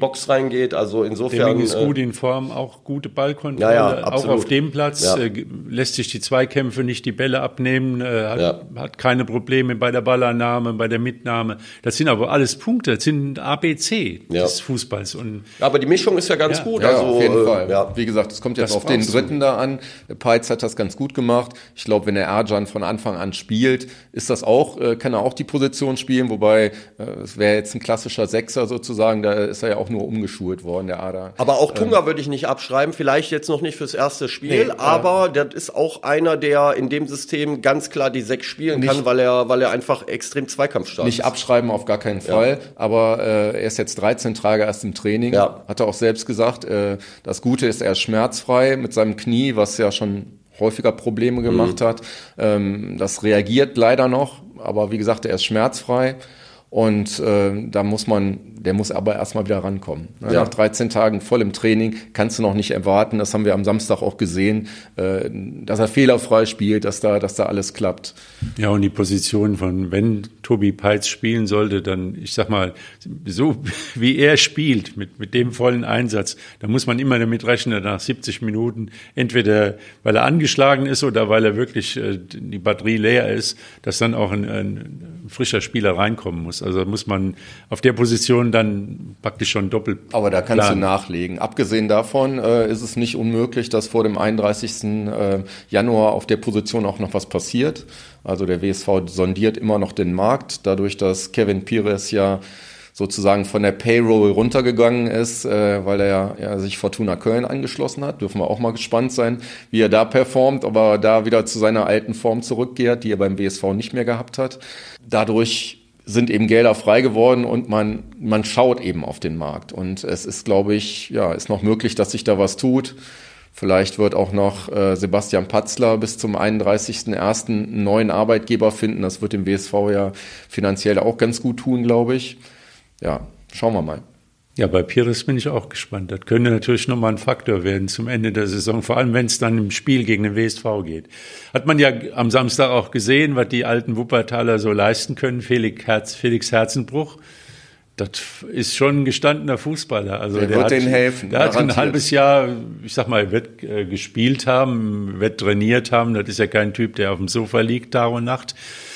Box reingeht. Also insofern. Demming ist gut äh, in Form, auch gute Ballkontrolle. Ja, ja, auch auf dem Platz ja. äh, lässt sich die Zweikämpfe nicht die Bälle abnehmen, äh, hat, Ja. hat keine Probleme bei der Ballannahme, bei der Mitnahme. Das sind aber alles Punkte, das sind A B C Ja. des Fußballs. Und Aber die Mischung ist ja ganz Ja. gut. Ja, also, auf jeden äh, Fall. Ja. Wie gesagt, es kommt jetzt Das auf den brauchst du. Dritten da an. Peitz hat das ganz gut gemacht. Ich glaube, wenn der Ercan von Anfang an spielt, ist das auch, äh, kann er auch die Position spielen, wobei äh, es wäre jetzt ein klassischer Sechser sozusagen, da ist er ja auch nur umgeschult worden, der Ada. Aber auch Tunga ähm, würde ich nicht abschreiben, vielleicht jetzt noch nicht fürs erste Spiel, Nee, aber das ist auch einer, der in dem System ganz klar die Sechs spielen Nicht- kann, weil er, weil er einfach extrem zweikampfstark Nicht ist. abschreiben, auf gar keinen Fall. Aber äh, er ist jetzt dreizehn Tage erst im Training. Ja. Hat er auch selbst gesagt. Äh, das Gute ist, er ist schmerzfrei mit seinem Knie, was ja schon häufiger Probleme gemacht hat. Ähm, das reagiert leider noch. Aber wie gesagt, er ist schmerzfrei. Und äh, da muss man, der muss aber erstmal wieder rankommen. Ne? Ja. Nach dreizehn Tagen voll im Training kannst du noch nicht erwarten, das haben wir am Samstag auch gesehen, äh, dass er fehlerfrei spielt, dass da, dass da alles klappt. Ja, und die Position von, wenn Tobi Peitz spielen sollte, dann, ich sag mal, so wie er spielt, mit, mit dem vollen Einsatz, da muss man immer damit rechnen, nach siebzig Minuten, entweder weil er angeschlagen ist oder weil er wirklich äh, die Batterie leer ist, dass dann auch ein, ein frischer Spieler reinkommen muss. Also muss man auf der Position dann praktisch schon doppelt Aber da kannst planen. du nachlegen. Abgesehen davon äh, ist es nicht unmöglich, dass vor dem einunddreißigsten Äh, Januar auf der Position auch noch was passiert. Also der W S V sondiert immer noch den Markt, dadurch, dass Kevin Pires ja sozusagen von der Payroll runtergegangen ist, äh, weil er ja, ja sich Fortuna Köln angeschlossen hat. Dürfen wir auch mal gespannt sein, wie er da performt, ob er da wieder zu seiner alten Form zurückkehrt, die er beim W S V nicht mehr gehabt hat. Dadurch sind eben Gelder frei geworden und man, man schaut eben auf den Markt. Und es ist, glaube ich, ja, ist noch möglich, dass sich da was tut. Vielleicht wird auch noch äh, Sebastian Patzler bis zum einunddreißigsten ersten einen neuen Arbeitgeber finden. Das wird dem W S V ja finanziell auch ganz gut tun, glaube ich. Ja, schauen wir mal. Ja, bei Pires bin ich auch gespannt. Das könnte natürlich nochmal ein Faktor werden zum Ende der Saison, vor allem wenn es dann im Spiel gegen den W S V geht. Hat man ja am Samstag auch gesehen, was die alten Wuppertaler so leisten können. Felix, Herz, Felix Herzenbruch, das ist schon ein gestandener Fußballer. Also Der der wird hat, denen helfen, Der hat ein garantiert. halbes Jahr, ich sag mal, wird äh, gespielt haben, wird trainiert haben. Das ist ja kein Typ, der auf dem Sofa liegt Tag und Nacht.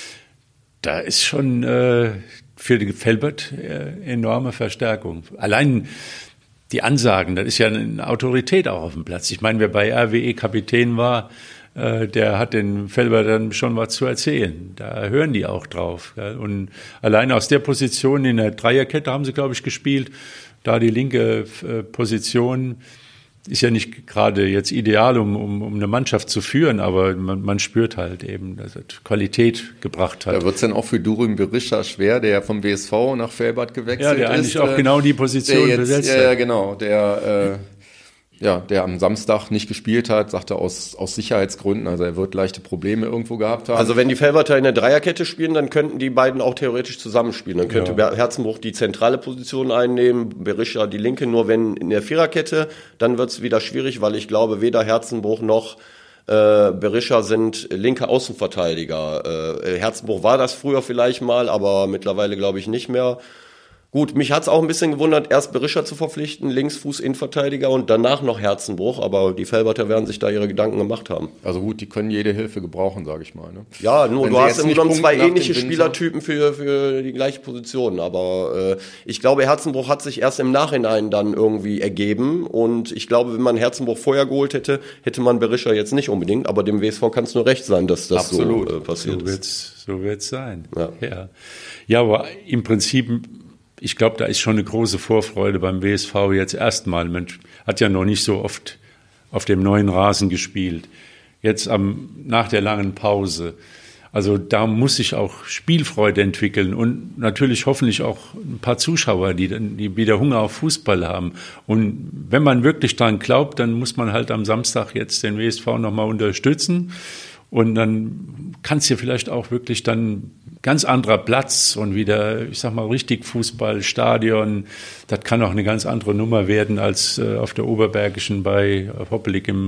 Da ist schon äh, für die Velbert äh, enorme Verstärkung. Allein die Ansagen, das ist ja eine Autorität auch auf dem Platz. Ich meine, wer bei R W E Kapitän war, äh, der hat den Velbert dann schon was zu erzählen. Da hören die auch drauf. Gell? Und allein aus der Position in der Dreierkette haben sie, glaube ich, gespielt. Da die linke äh, Position ist ja nicht gerade jetzt ideal, um, um, um eine Mannschaft zu führen, aber man, man spürt halt eben, dass es Qualität gebracht hat. Da wird es dann auch für Durin Berisha schwer, der vom W S V nach Velbert gewechselt Ja, ist. der eigentlich auch äh, genau die Position der jetzt, besetzt ja, hat. Ja, genau, der, äh, ja, der am Samstag nicht gespielt hat, sagte aus, aus Sicherheitsgründen, also er wird leichte Probleme irgendwo gehabt haben. Also wenn die Velberter in der Dreierkette spielen, dann könnten die beiden auch theoretisch zusammenspielen. Dann könnte Ja. Herzenbruch die zentrale Position einnehmen, Berisha die linke. Nur wenn in der Viererkette, dann wird es wieder schwierig, weil ich glaube, weder Herzenbruch noch äh, Berisha sind linke Außenverteidiger. Äh, Herzenbruch war das früher vielleicht mal, aber mittlerweile glaube ich nicht mehr. Gut, mich hat's auch ein bisschen gewundert, erst Berisha zu verpflichten, Linksfuß-Innenverteidiger und danach noch Herzenbruch, aber die Velberter werden sich da ihre Gedanken gemacht haben. Also gut, die können jede Hilfe gebrauchen, sage ich mal. Ne? Ja, nur Wenn du sie hast jetzt im nicht Grunde zwei punkten nach ähnliche dem Winter- Spielertypen für, für die gleiche Position, aber äh, ich glaube, Herzenbruch hat sich erst im Nachhinein dann irgendwie ergeben und ich glaube, wenn man Herzenbruch vorher geholt hätte, hätte man Berisha jetzt nicht unbedingt, aber dem W S V kann es nur recht sein, dass das Absolut. so äh, passiert So ist. wird's, so wird's sein. Ja. Ja. Ja, aber im Prinzip, ich glaube, da ist schon eine große Vorfreude beim W S V jetzt erstmal. Man hat ja noch nicht so oft auf dem neuen Rasen gespielt. Jetzt am, nach der langen Pause. Also da muss sich auch Spielfreude entwickeln und natürlich hoffentlich auch ein paar Zuschauer, die, dann, die wieder Hunger auf Fußball haben. Und wenn man wirklich dran glaubt, dann muss man halt am Samstag jetzt den W S V nochmal unterstützen. Und dann kann es hier vielleicht auch wirklich dann ganz anderer Platz und wieder, ich sag mal, richtig Fußball, Stadion. Das kann auch eine ganz andere Nummer werden als äh, auf der Oberbergischen bei Hoppelig im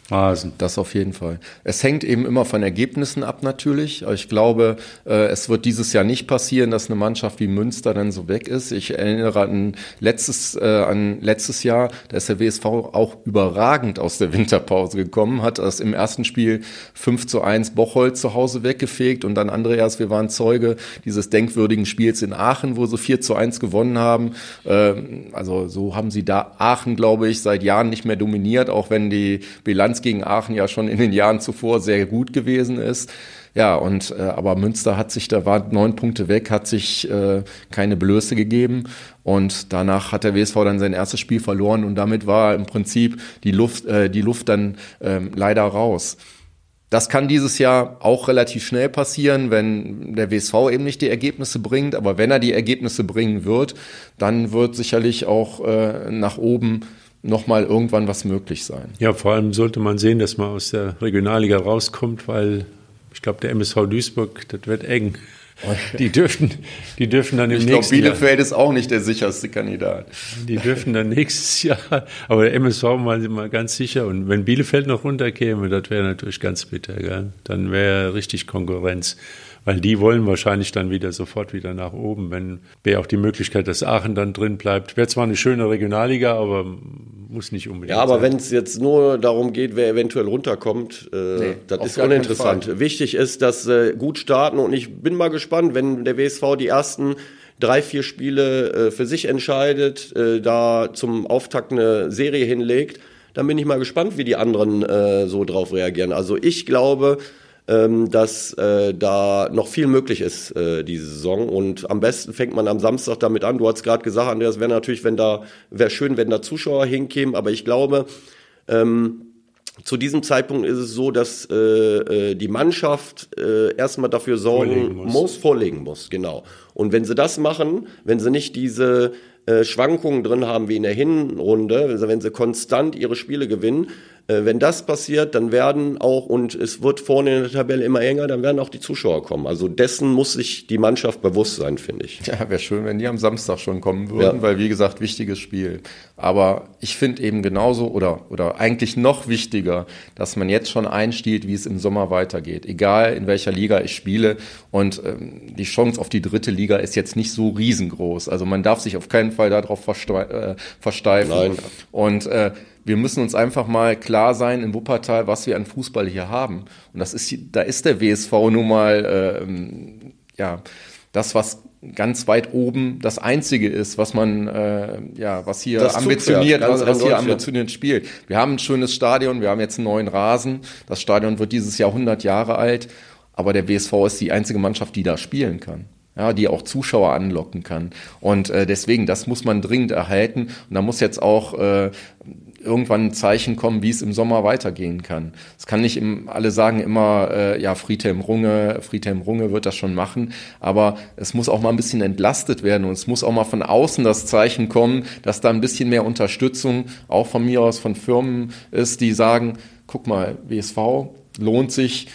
Rasen. Das auf jeden Fall. Es hängt eben immer von Ergebnissen ab natürlich. Aber ich glaube, äh, es wird dieses Jahr nicht passieren, dass eine Mannschaft wie Münster dann so weg ist. Ich erinnere an letztes, äh, an letztes Jahr, da ist der W S V auch überragend aus der Winterpause gekommen, hat das im ersten Spiel fünf zu eins Bocholt zu Hause weggefegt und dann Andreas, wir waren Zeuge dieses denkwürdigen Spiels in Aachen, wo sie vier zu eins gewonnen haben. Ähm, also so haben sie da Aachen, glaube ich, seit Jahren nicht mehr dominiert, auch wenn die Bilanz gegen Aachen ja schon in den Jahren zuvor sehr gut gewesen ist. Ja, und äh, aber Münster hat sich, da war neun Punkte weg, hat sich äh, keine Blöße gegeben und danach hat der W S V dann sein erstes Spiel verloren und damit war im Prinzip die Luft, äh, die Luft dann ähm, leider raus. Das kann dieses Jahr auch relativ schnell passieren, wenn der W S V eben nicht die Ergebnisse bringt, aber wenn er die Ergebnisse bringen wird, dann wird sicherlich auch äh, nach oben nochmal irgendwann was möglich sein. Ja, vor allem sollte man sehen, dass man aus der Regionalliga rauskommt, weil ich glaube, der M S V Duisburg, das wird eng. Die dürfen, die dürfen dann im ich nächsten glaub, Bielefeld Jahr, ist auch nicht der sicherste Kandidat. Die dürfen dann nächstes Jahr, aber der M S V mal, mal ganz sicher. Und wenn Bielefeld noch runterkäme, das wäre natürlich ganz bitter, gell? Dann wäre richtig Konkurrenz. Weil die wollen wahrscheinlich dann wieder sofort wieder nach oben. Wenn wäre auch die Möglichkeit, dass Aachen dann drin bleibt. Wäre zwar eine schöne Regionalliga, aber muss nicht unbedingt Ja, aber sein. wenn es jetzt nur darum geht, wer eventuell runterkommt, äh, Nee, das auf ist gar keinen uninteressant. Fall. Wichtig ist, dass äh, gut starten und ich bin mal gespannt, wenn der W S V die ersten drei, vier Spiele äh, für sich entscheidet, äh, da zum Auftakt eine Serie hinlegt, dann bin ich mal gespannt, wie die anderen äh, so drauf reagieren. Also ich glaube, ähm, dass äh, da noch viel möglich ist äh, diese Saison und am besten fängt man am Samstag damit an. Du hast gerade gesagt, Andreas, wäre natürlich, wenn da wäre schön, wenn da Zuschauer hinkämen, aber ich glaube, ähm, zu diesem Zeitpunkt ist es so, dass äh, die Mannschaft äh, erstmal dafür sorgen Vorlegen muss. muss. vorlegen muss, genau. Und wenn sie das machen, wenn sie nicht diese äh, Schwankungen drin haben wie in der Hinrunde, also wenn sie konstant ihre Spiele gewinnen, äh, wenn das passiert, dann werden auch, und es wird vorne in der Tabelle immer enger, dann werden auch die Zuschauer kommen. Also dessen muss sich die Mannschaft bewusst sein, finde ich. Ja, wäre schön, wenn die am Samstag schon kommen würden, Ja. weil wie gesagt, wichtiges Spiel. Aber ich finde eben genauso oder oder eigentlich noch wichtiger, dass man jetzt schon einstiehlt, wie es im Sommer weitergeht. Egal in welcher Liga ich spiele und ähm, die Chance auf die dritte Liga ist jetzt nicht so riesengroß. Also man darf sich auf keinen Fall darauf verste- äh, versteifen. Nein. Und äh, wir müssen uns einfach mal klar sein in Wuppertal, was wir an Fußball hier haben. Und das ist, da ist der W S V nun mal, äh, ähm, ja, das, was ganz weit oben das Einzige ist, was man, äh, ja, was hier Das ambitioniert, Zugpferd, ganz was, was hier eindeutig, ja. ambitioniert spielt. Wir haben ein schönes Stadion, wir haben jetzt einen neuen Rasen. Das Stadion wird dieses Jahr hundert Jahre alt. Aber der W S V ist die einzige Mannschaft, die da spielen kann. Ja, die auch Zuschauer anlocken kann. Und äh, deswegen, das muss man dringend erhalten. Und da muss jetzt auch äh, irgendwann ein Zeichen kommen, wie es im Sommer weitergehen kann. Es kann nicht im, alle sagen immer, äh, ja, Friedhelm Runge, Friedhelm Runge wird das schon machen, aber es muss auch mal ein bisschen entlastet werden und es muss auch mal von außen das Zeichen kommen, dass da ein bisschen mehr Unterstützung auch von mir aus von Firmen ist, die sagen, guck mal, W S V lohnt sich.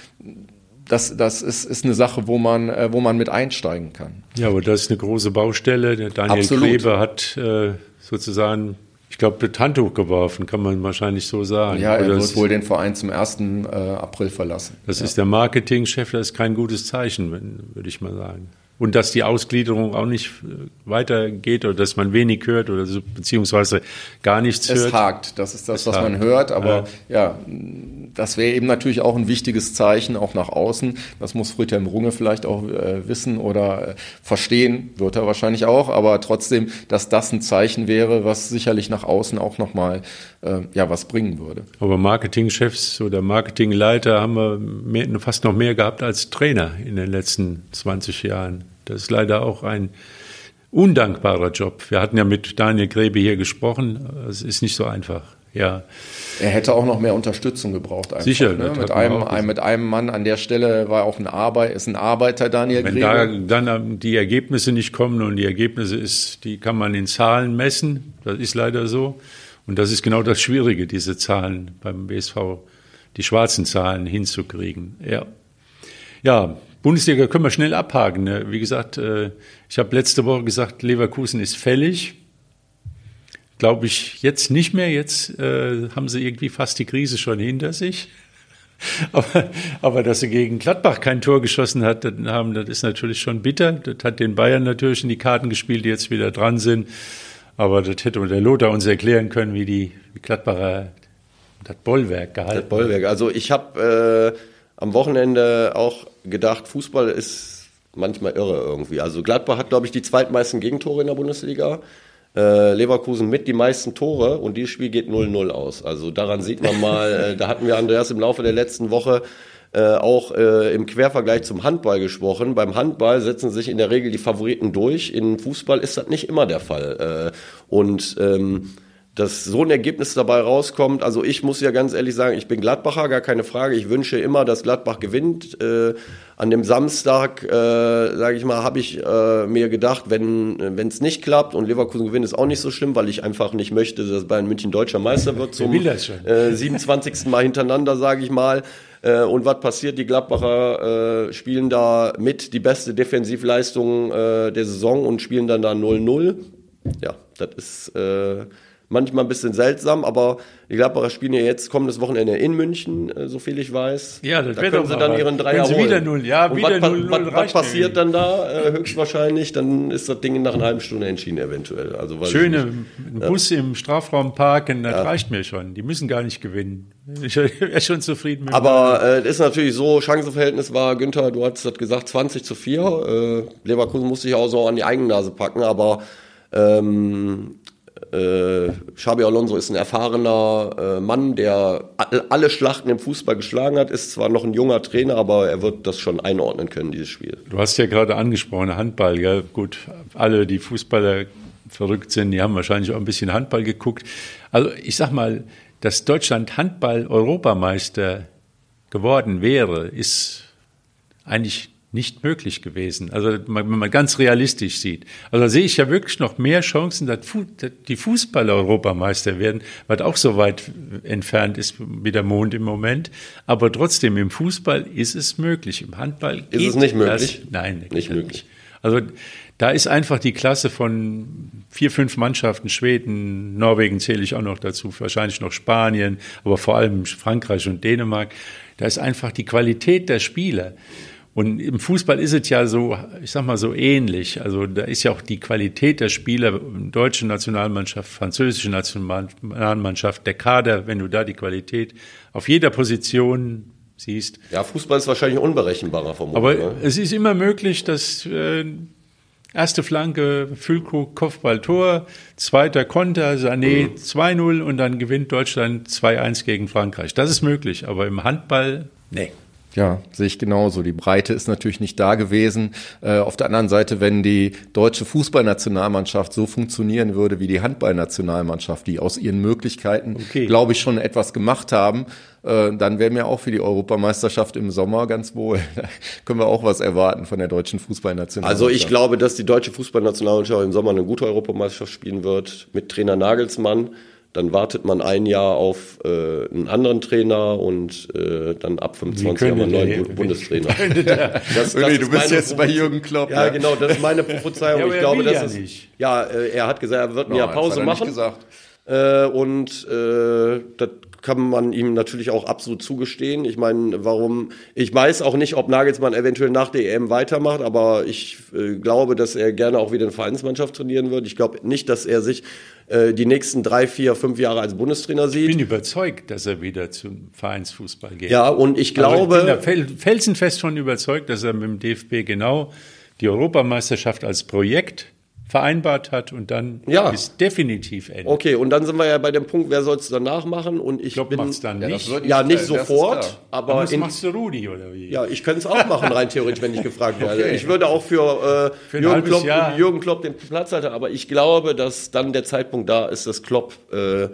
Das, das ist, ist eine Sache, wo man, äh, wo man mit einsteigen kann. Ja, aber das ist eine große Baustelle. Der Daniel Absolut. Klebe hat äh, sozusagen, ich glaube, das Handtuch geworfen, kann man wahrscheinlich so sagen. Ja, er Oder wird das, wohl den Verein zum ersten äh, April verlassen. das ja. ist der Marketingchef, das ist kein gutes Zeichen, wenn- würde ich mal sagen. Und dass die Ausgliederung auch nicht äh, weitergeht oder dass man wenig hört oder so, beziehungsweise gar nichts Es hört. hakt, das ist das, Es was man hakt. hört, aber ja, das wäre eben natürlich auch ein wichtiges Zeichen, auch nach außen. Das muss Friedhelm Runge vielleicht auch äh, wissen oder äh, verstehen, wird er wahrscheinlich auch, aber trotzdem, dass das ein Zeichen wäre, was sicherlich nach außen auch nochmal äh, ja, was bringen würde. Aber Marketingchefs oder Marketingleiter haben wir mehr, fast noch mehr gehabt als Trainer in den letzten zwanzig Jahren. Das ist leider auch ein undankbarer Job. Wir hatten ja mit Daniel Grebe hier gesprochen. Es ist nicht so einfach. Ja, Er hätte auch noch mehr Unterstützung gebraucht. Einfach, Sicher, ne? das hat mit, man einem, auch ein, mit einem Mann an der Stelle war auch ein Arbeit, ist ein Arbeiter, Daniel wenn da Grebe. dann die Ergebnisse nicht kommen und die Ergebnisse ist, die kann man in Zahlen messen. Das ist leider so. Und das ist genau das Schwierige, diese Zahlen beim B S V, die schwarzen Zahlen hinzukriegen. Ja, ja. Bundesliga können wir schnell abhaken. Ne? Wie gesagt, äh, ich habe letzte Woche gesagt, Leverkusen ist fällig. glaube ich, jetzt nicht mehr. Jetzt äh, haben sie irgendwie fast die Krise schon hinter sich. Aber, aber dass sie gegen Gladbach kein Tor geschossen hat, das, haben, das ist natürlich schon bitter. Das hat den Bayern natürlich in die Karten gespielt, die jetzt wieder dran sind. Aber das hätte der Lothar uns erklären können, wie die wie Gladbacher das Bollwerk gehalten hat. Das Bollwerk. Also ich habe äh, am Wochenende auch gedacht, Fußball ist manchmal irre irgendwie. Also Gladbach hat, glaube ich, die zweitmeisten Gegentore in der Bundesliga. Äh, Leverkusen mit die meisten Tore und dieses Spiel geht null null aus. Also daran sieht man mal, äh, da hatten wir, Andreas, im Laufe der letzten Woche äh, auch äh, im Quervergleich zum Handball gesprochen. Beim Handball setzen sich in der Regel die Favoriten durch. Im Fußball ist das nicht immer der Fall. Äh, und ähm, dass so ein Ergebnis dabei rauskommt, also ich muss ja ganz ehrlich sagen, ich bin Gladbacher, gar keine Frage. Ich wünsche immer, dass Gladbach gewinnt. Äh, an dem Samstag, äh, sage ich mal, habe ich äh, mir gedacht, wenn wenn es nicht klappt und Leverkusen gewinnt, ist auch nicht so schlimm, weil ich einfach nicht möchte, dass Bayern München deutscher Meister wird zum äh, siebenundzwanzigsten Mal hintereinander, sage ich mal. Äh, und was passiert? Die Gladbacher äh, spielen da mit die beste Defensivleistung äh, der Saison und spielen dann da null null. Ja, das ist äh, manchmal ein bisschen seltsam, aber die Gladbacher spielen ja jetzt kommendes Wochenende in München, so viel ich weiß. Ja, das da können sie dann ihren Dreier holen. Wieder null, ja, und wieder was, null, was, null was passiert dann da? Äh, höchstwahrscheinlich, dann ist das Ding nach einer halben Stunde entschieden eventuell. Also, Schöne einen Bus ja. im Strafraum parken, das ja. reicht mir schon. Die müssen gar nicht gewinnen. Ich wäre schon zufrieden mit Aber es äh, ist natürlich so, Chancenverhältnis war, Günther, du hast das gesagt, zwanzig zu vier. Äh, Leverkusen musste sich auch so an die Eigennase packen, aber ähm, Äh, Xabi Alonso ist ein erfahrener äh, Mann, der alle Schlachten im Fußball geschlagen hat, ist zwar noch ein junger Trainer, aber er wird das schon einordnen können, dieses Spiel. Du hast ja gerade angesprochen, Handball, ja gut, alle, die Fußballer verrückt sind, die haben wahrscheinlich auch ein bisschen Handball geguckt. Also ich sag mal, dass Deutschland Handball-Europameister geworden wäre, ist eigentlich nicht möglich gewesen. Also wenn man ganz realistisch sieht. Also da sehe ich ja wirklich noch mehr Chancen, dass die Fußballer Europameister werden, was auch so weit entfernt ist wie der Mond im Moment. Aber trotzdem, im Fußball ist es möglich. Im Handball geht ist es nicht möglich? Das, nein, nicht möglich. Also da ist einfach die Klasse von vier, fünf Mannschaften, Schweden, Norwegen zähle ich auch noch dazu, wahrscheinlich noch Spanien, aber vor allem Frankreich und Dänemark. Da ist einfach die Qualität der Spieler. Und im Fußball ist es ja so, ich sag mal so ähnlich. Also da ist ja auch die Qualität der Spieler, deutsche Nationalmannschaft, französische Nationalmannschaft, der Kader, wenn du da die Qualität auf jeder Position siehst. Ja, Fußball ist wahrscheinlich unberechenbarer vom Aber ne? es ist immer möglich, dass äh, erste Flanke, Füllkrug, Kopfball, Tor, zweiter Konter, Sané mhm. zwei null und dann gewinnt Deutschland zwei eins gegen Frankreich. Das ist möglich, aber im Handball, nee. Ja, sehe ich genauso. Die Breite ist natürlich nicht da gewesen. Äh, auf der anderen Seite, wenn die deutsche Fußballnationalmannschaft so funktionieren würde wie die Handballnationalmannschaft, die aus ihren Möglichkeiten, okay. glaube ich, schon etwas gemacht haben, äh, dann wären wir auch für die Europameisterschaft im Sommer ganz wohl. Da können wir auch was erwarten von der deutschen Fußballnationalmannschaft. Also ich glaube, dass die deutsche Fußballnationalmannschaft im Sommer eine gute Europameisterschaft spielen wird mit Trainer Nagelsmann. Dann wartet man ein Jahr auf äh, einen anderen Trainer und äh, dann ab fünfundzwanzig haben wir einen neuen Bu- Bundestrainer. Das, das nee, du bist jetzt bei Jürgen Klopp. Ja, ja, genau, das ist meine Prophezeiung. Ja, ich glaube, das ja ist nicht. Ja, äh, er hat gesagt, er wird ein ja, Jahr Pause das machen. Nicht gesagt. Äh, und äh, das kann man ihm natürlich auch absolut zugestehen. Ich meine, warum? Ich weiß auch nicht, ob Nagelsmann eventuell nach der E M weitermacht, aber ich äh, glaube, dass er gerne auch wieder eine Vereinsmannschaft trainieren wird. Ich glaube nicht, dass er sich äh, die nächsten drei, vier, fünf Jahre als Bundestrainer sieht. Ich bin überzeugt, dass er wieder zum Vereinsfußball geht. Ja, und ich glaube, also ich bin da felsenfest schon überzeugt, dass er mit dem D F B genau die Europameisterschaft als Projekt vereinbart hat und dann ja. ist definitiv Ende. Okay, und dann sind wir ja bei dem Punkt, wer soll es danach machen? Und ich Klopp bin macht's dann ja, nicht. nicht. Ja, nicht sofort, aber das in, machst du Rudi oder wie? Ja, ich könnte es auch machen, rein theoretisch, wenn ich gefragt werde. Okay. Ich würde auch für, äh, für Jürgen, Klopp, Jahr. Jürgen Klopp den Platz halten, aber ich glaube, dass dann der Zeitpunkt da ist, dass Klopp äh,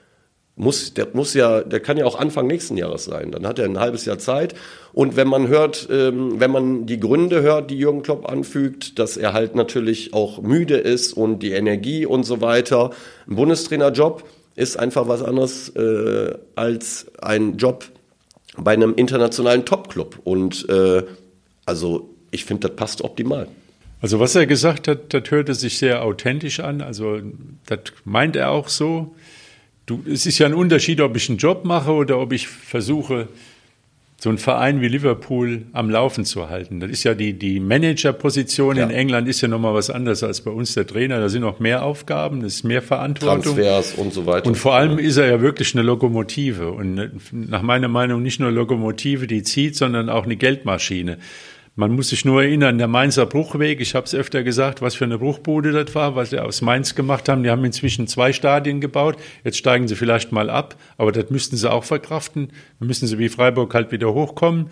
muss, der muss ja, der kann ja auch Anfang nächsten Jahres sein. Dann hat er ein halbes Jahr Zeit. Und wenn man hört, ähm, wenn man die Gründe hört, die Jürgen Klopp anfügt, dass er halt natürlich auch müde ist und die Energie und so weiter. Ein Bundestrainerjob ist einfach was anderes äh, als ein Job bei einem internationalen Top-Club. Und äh, also ich finde, das passt optimal. Also was er gesagt hat, das hörte sich sehr authentisch an. Also das meint er auch so. Du, es ist ja ein Unterschied, ob ich einen Job mache oder ob ich versuche, so einen Verein wie Liverpool am Laufen zu halten. Das ist ja die, die Managerposition ja. in England ist ja nochmal was anderes als bei uns der Trainer. Da sind noch mehr Aufgaben, das ist mehr Verantwortung. Transfers und so weiter. Und vor allem ist er ja wirklich eine Lokomotive. Und nach meiner Meinung nicht nur eine Lokomotive, die zieht, sondern auch eine Geldmaschine. Man muss sich nur erinnern, der Mainzer Bruchweg, ich habe es öfter gesagt, was für eine Bruchbude das war, was sie aus Mainz gemacht haben. Die haben inzwischen zwei Stadien gebaut. Jetzt steigen sie vielleicht mal ab, aber das müssten sie auch verkraften. Dann müssen sie wie Freiburg halt wieder hochkommen.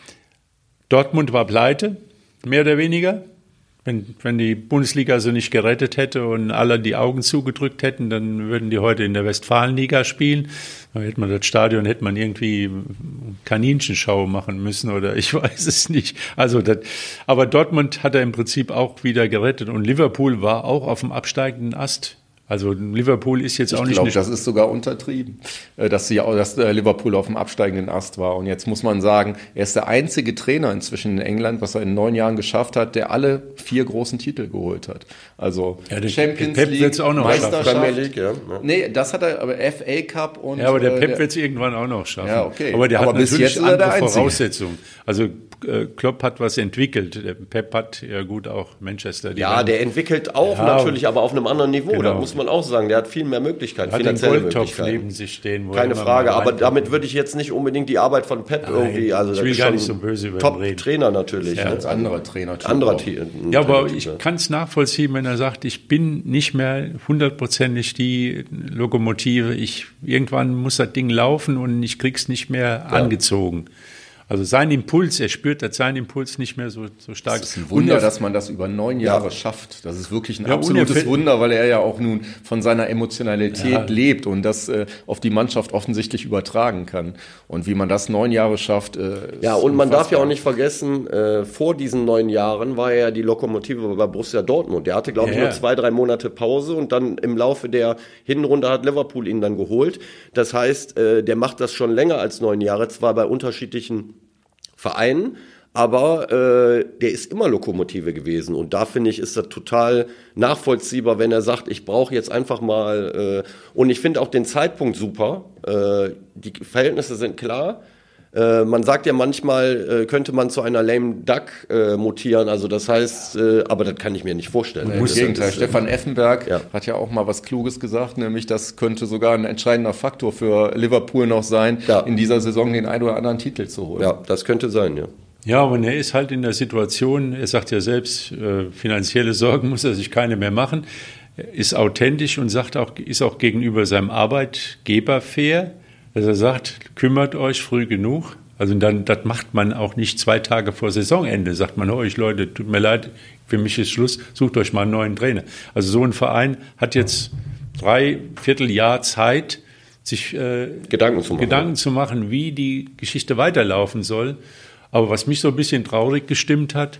Dortmund war pleite, mehr oder weniger. Wenn, wenn die Bundesliga so nicht gerettet hätte und alle die Augen zugedrückt hätten, dann würden die heute in der Westfalenliga spielen. Dann hätte man das Stadion, hätte man irgendwie Kaninchenschau machen müssen oder ich weiß es nicht. Also das, aber Dortmund hat er im Prinzip auch wieder gerettet und Liverpool war auch auf dem absteigenden Ast. Also Liverpool ist jetzt auch nicht... Ich glaube, das ist sogar untertrieben, dass, sie, dass Liverpool auf dem absteigenden Ast war. Und jetzt muss man sagen, er ist der einzige Trainer inzwischen in England, was er in neun Jahren geschafft hat, der alle vier großen Titel geholt hat. Also ja, Champions Pep League, wird's auch noch Meisterschaft. Premier League, ja. Nee, das hat er, aber F A Cup und... Ja, aber der Pep der, wird es irgendwann auch noch schaffen. Ja, okay. Aber der aber hat bis natürlich jetzt ist er der andere Einzige. Voraussetzungen. Also äh, Klopp hat was entwickelt. Der Pep hat ja gut auch Manchester. Ja, waren, der entwickelt auch ja, natürlich, aber auf einem anderen Niveau. Genau. Da muss man auch sagen, der hat viel mehr Möglichkeiten, hat einen finanzielle Goldtopf Möglichkeiten. neben sich stehen. Wo Keine immer Frage, mal aber reinkommt. damit würde ich jetzt nicht unbedingt die Arbeit von Pep Nein, irgendwie, also ich das will ist gar schon nicht so böse über ihn reden. Top-Trainer natürlich. Ja, ne? als anderer Trainer. Anderer auch. Trainer. Ja, aber ich kann es nachvollziehen, wenn er sagt, ich bin nicht mehr hundertprozentig die Lokomotive. Ich, irgendwann muss das Ding laufen und ich krieg's nicht mehr ja. angezogen. Also sein Impuls, er spürt, dass sein Impuls nicht mehr so, so stark ist. Es ist ein Wunder, er, dass man das über neun Jahre ja. schafft. Das ist wirklich ein ja, absolutes Wunder, weil er ja auch nun von seiner Emotionalität ja. lebt und das äh, auf die Mannschaft offensichtlich übertragen kann. Und wie man das neun Jahre schafft, äh, ja, und man darf ja auch nicht vergessen, äh, vor diesen neun Jahren war er ja die Lokomotive bei Borussia Dortmund. Der hatte, glaube ich, ja. nur zwei, drei Monate Pause und dann im Laufe der Hinrunde hat Liverpool ihn dann geholt. Das heißt, äh, der macht das schon länger als neun Jahre, zwar bei unterschiedlichen Verein, aber äh, der ist immer Lokomotive gewesen und da finde ich, ist das total nachvollziehbar, wenn er sagt, ich brauche jetzt einfach mal äh, und ich finde auch den Zeitpunkt super, äh, die Verhältnisse sind klar, äh, man sagt ja manchmal, äh, könnte man zu einer lame duck äh, mutieren, also das heißt, äh, aber das kann ich mir nicht vorstellen. Im Gegenteil, ist, Stefan Effenberg ja. hat ja auch mal was Kluges gesagt, nämlich das könnte sogar ein entscheidender Faktor für Liverpool noch sein, ja. in dieser Saison den einen oder anderen Titel zu holen. Ja, das könnte sein, ja. Ja, und er ist halt in der Situation, er sagt ja selbst, äh, finanzielle Sorgen muss er sich keine mehr machen, er ist authentisch und sagt auch, ist auch gegenüber seinem Arbeitgeber fair, dass er sagt, kümmert euch früh genug. Also dann, das macht man auch nicht zwei Tage vor Saisonende. Sagt man euch, Leute, tut mir leid, für mich ist Schluss, sucht euch mal einen neuen Trainer. Also so ein Verein hat jetzt drei Vierteljahr Zeit, sich äh, Gedanken zu machen. Gedanken zu machen, wie die Geschichte weiterlaufen soll. Aber was mich so ein bisschen traurig gestimmt hat,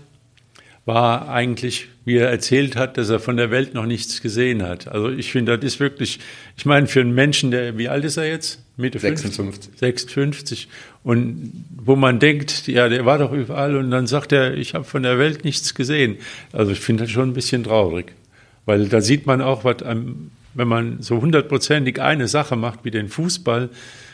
war eigentlich, wie er erzählt hat, dass er von der Welt noch nichts gesehen hat. Also ich finde, das ist wirklich, ich meine, für einen Menschen, der, wie alt ist er jetzt? Mitte sechsundfünfzig. sechsundfünfzig. Und wo man denkt, ja, der war doch überall und dann sagt er, ich habe von der Welt nichts gesehen. Also ich finde das schon ein bisschen traurig. Weil da sieht man auch, was einem, wenn man so hundertprozentig eine Sache macht wie den Fußball,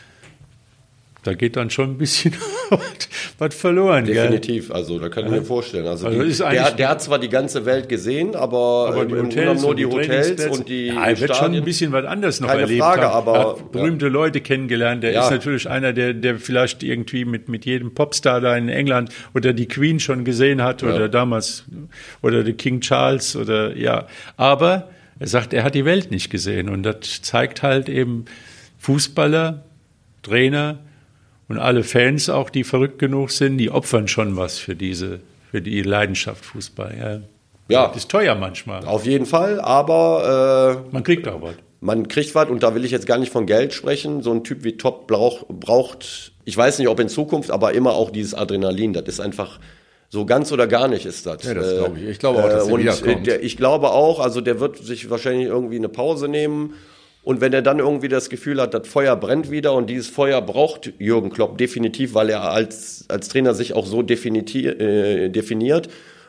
da geht dann schon ein bisschen was verloren. Definitiv, gell? also da kann ich mir vorstellen. Also, also die, der, der hat zwar die ganze Welt gesehen, aber, aber die im Hotels nur die, die Hotels und die ja, er wird Stadien. schon ein bisschen was anderes noch Keine erlebt Frage, haben. aber, er hat berühmte ja. Leute kennengelernt. Der ja. ist natürlich einer, der, der vielleicht irgendwie mit, mit jedem Popstar da in England oder die Queen schon gesehen hat oder ja. damals oder die King Charles oder ja. Aber er sagt, er hat die Welt nicht gesehen und das zeigt halt eben Fußballer, Trainer und alle Fans auch, die verrückt genug sind, die opfern schon was für diese, für die Leidenschaft Fußball. Ja, ja. Das ist teuer manchmal. Auf jeden Fall, aber äh, man kriegt auch was. Man kriegt was und da will ich jetzt gar nicht von Geld sprechen. So ein Typ wie Top braucht, braucht, ich weiß nicht, ob in Zukunft, aber immer auch dieses Adrenalin. Das ist einfach so ganz oder gar nicht ist das. Ja, das glaube ich. Ich glaube auch, dass er wiederkommt. Der, ich glaube auch, also der wird sich wahrscheinlich irgendwie eine Pause nehmen. Und wenn er dann irgendwie das Gefühl hat, das Feuer brennt wieder und dieses Feuer braucht Jürgen Klopp definitiv, weil er als, als Trainer sich auch so äh, definiert.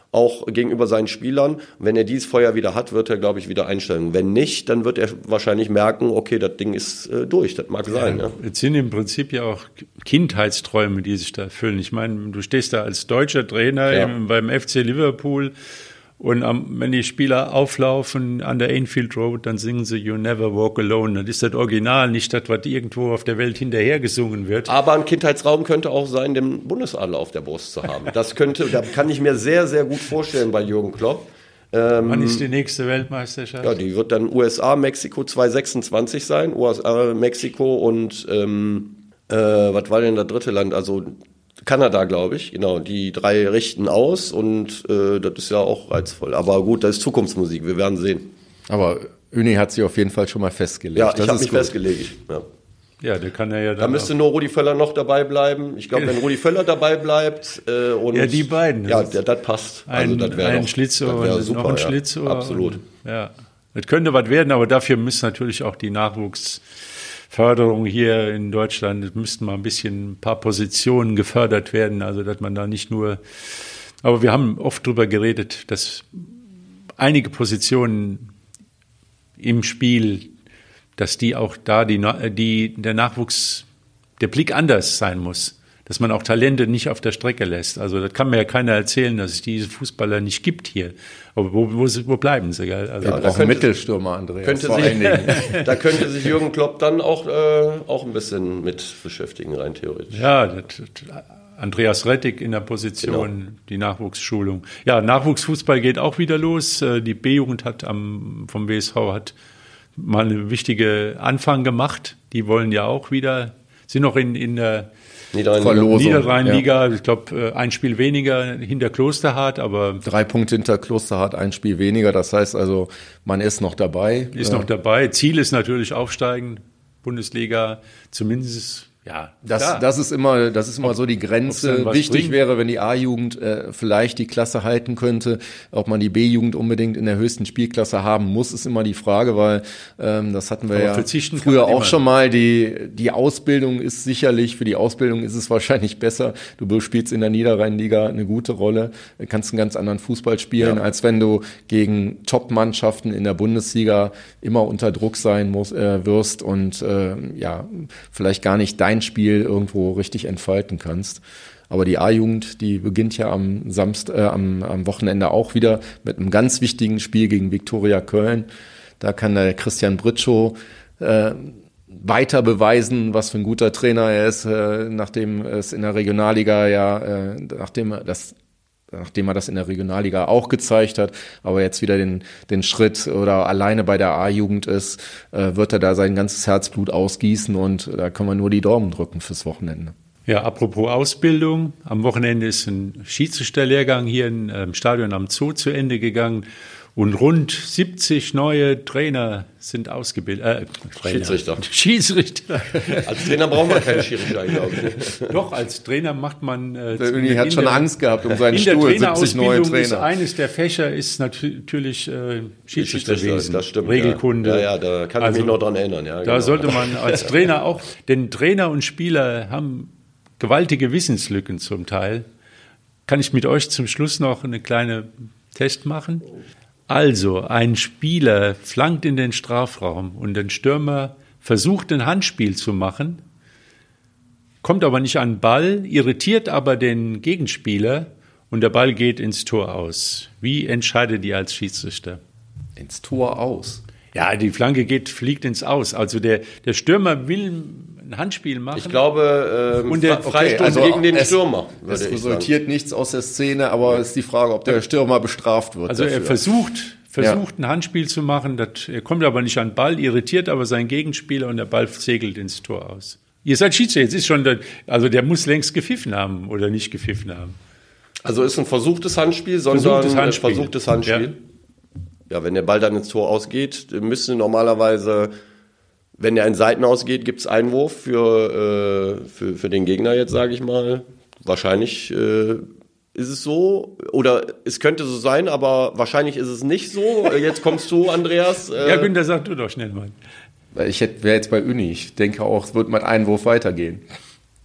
auch gegenüber seinen Spielern. Wenn er dieses Feuer wieder hat, wird er, glaube ich, wieder einstellen. Wenn nicht, dann wird er wahrscheinlich merken, okay, das Ding ist äh, durch, das mag sein. Ja, ja. Jetzt sind im Prinzip ja auch Kindheitsträume, die sich da erfüllen. Ich meine, du stehst da als deutscher Trainer Ja. im, beim F C Liverpool und am, wenn die Spieler auflaufen an der Anfield Road, dann singen sie You Never Walk Alone. Das ist das Original, nicht das, was irgendwo auf der Welt hinterher gesungen wird. Aber ein Kindheitsraum könnte auch sein, den Bundesadler auf der Brust zu haben. Das könnte, da kann ich mir sehr, sehr gut vorstellen bei Jürgen Klopp. Ähm, Wann ist die nächste Weltmeisterschaft? Ja, die wird dann U S A, Mexiko zwanzig sechsundzwanzig sein. U S A, Mexiko und ähm, äh, was war denn das dritte Land? Also Kanada, glaube ich. Genau, die drei richten aus und äh, das ist ja auch reizvoll. Aber gut, das ist Zukunftsmusik, wir werden sehen. Aber Uni hat sich auf jeden Fall schon mal festgelegt. Ja, Das ich habe ist mich gut. festgelegt. Ich, ja. Ja, der kann er ja Da dann müsste auch. nur Rudi Völler noch dabei bleiben. Ich glaube, wenn Rudi Völler dabei bleibt äh, und Ja, die beiden. Ja, Das das, das passt. Ein, das wär ein doch- Schlitzohr das wär und super, noch ein ja. Schlitzohr. Absolut. Und, ja, das könnte was werden, aber dafür müssen natürlich auch die Nachwuchsförderung hier in Deutschland, es müssten mal ein bisschen ein paar Positionen gefördert werden, also dass man da nicht nur, aber wir haben oft drüber geredet, dass einige Positionen im Spiel, dass die auch da die, die der Nachwuchs, der Blick anders sein muss, dass man auch Talente nicht auf der Strecke lässt. Also das kann mir ja keiner erzählen, dass es diese Fußballer nicht gibt hier. Aber wo, wo, wo bleiben sie? Gell? Also Wir da brauchen könnte- Mittelstürmer, Andreas. Könnte vor sich, allen Dingen. da könnte sich Jürgen Klopp dann auch, äh, auch ein bisschen mit beschäftigen, rein theoretisch. ja, das, das, Andreas Rettig in der Position, Genau. die Nachwuchsschulung. Ja, Nachwuchsfußball geht auch wieder los. Die B-Jugend hat am, vom W S V hat mal eine wichtige Anfang gemacht. Die wollen ja auch wieder, sind noch in, in der Niederrhein- Verlosung. Niederrhein-Liga, ich glaube, ein Spiel weniger hinter Klosterhardt, aber Drei Punkte hinter Klosterhardt, ein Spiel weniger. Das heißt also, man ist noch dabei. ist noch dabei. Ziel ist natürlich aufsteigen, Bundesliga, zumindest, ja. Das, klar. das ist immer, das ist immer so die ob's Grenze. dann was Wichtig bringt. wäre, wenn die A-Jugend äh, vielleicht die Klasse halten könnte. Ob man die B-Jugend unbedingt in der höchsten Spielklasse haben muss, ist immer die Frage, weil ähm, das hatten wir Aber ja verzichten kann früher man auch immer. schon mal. Die die Ausbildung ist sicherlich, für die Ausbildung ist es wahrscheinlich besser. Du spielst in der Niederrhein-Liga eine gute Rolle, kannst einen ganz anderen Fußball spielen, Ja. als wenn du gegen Top-Mannschaften in der Bundesliga immer unter Druck sein musst, äh, wirst und äh, ja, vielleicht gar nicht dein Spiel irgendwo richtig entfalten kannst. Aber die A-Jugend, die beginnt ja am Samst, äh, am, am Wochenende auch wieder mit einem ganz wichtigen Spiel gegen Viktoria Köln. Da kann der Christian Britschow äh, weiter beweisen, was für ein guter Trainer er ist, äh, nachdem es in der Regionalliga ja, äh, nachdem er das nachdem er das in der Regionalliga auch gezeigt hat, aber jetzt wieder den den Schritt oder alleine bei der A-Jugend ist, äh, wird er da sein ganzes Herzblut ausgießen und da können wir nur die Daumen drücken fürs Wochenende. Ja, apropos Ausbildung. Am Wochenende ist ein Schiedsrichterlehrgang hier im ähm, Stadion am Zoo zu Ende gegangen und rund siebzig neue Trainer sind ausgebildet. Äh, Trainer. Schiedsrichter. Schiedsrichter. Als Trainer brauchen wir keine Schiedsrichter, glaube ich. nicht. Doch, als Trainer macht man... Äh, Der Uni hat in schon der- Angst gehabt um seinen In der Stuhl, siebzig neue Trainerausbildung ist Trainer. eines der Fächer ist natürlich äh, Schiedsrichterwesen, das stimmt. Regelkunde. Ja, ja, ja da kann ich Also, mich noch dran erinnern. Ja, Da genau. sollte man als Trainer auch, denn Trainer und Spieler haben gewaltige Wissenslücken zum Teil. Kann ich mit euch zum Schluss noch eine kleine Test machen? Also, ein Spieler flankt in den Strafraum und ein Stürmer versucht, ein Handspiel zu machen, kommt aber nicht an den Ball, irritiert aber den Gegenspieler und der Ball geht ins Tor aus. Wie entscheidet ihr als Schiedsrichter? Ins Tor aus. Ja, die Flanke geht, fliegt ins Aus. Also der, der Stürmer will ein Handspiel machen. Ich glaube, ähm, Und der- Fre- Freistoß also gegen den es- Stürmer, Es würde ich sagen. resultiert nichts aus der Szene, aber es ist die Frage, ob der Stürmer bestraft wird. Also er dafür. versucht, versucht ein Handspiel zu machen, das, er kommt aber nicht an den Ball, irritiert aber seinen Gegenspieler und der Ball segelt ins Tor aus. Ihr seid Schiedsrichter, jetzt ist schon, der, also der muss längst gepfiffen haben oder nicht gepfiffen haben. Also ist ein versuchtes Handspiel, sondern Versuchtes ein Handspiel. versuchtes Handspiel. Ja. wenn der Ball dann ins Tor ausgeht, müsste normalerweise, wenn der in Seiten ausgeht, gibt es Einwurf für, äh, für, für den Gegner jetzt, sage ich mal. Wahrscheinlich äh, ist es so, oder es könnte so sein, aber wahrscheinlich ist es nicht so. Jetzt kommst du, Andreas. Äh, Ja, Günther, sag du doch schnell mal. Ich wäre jetzt bei Uni. Ich denke auch, es wird mit Einwurf weitergehen.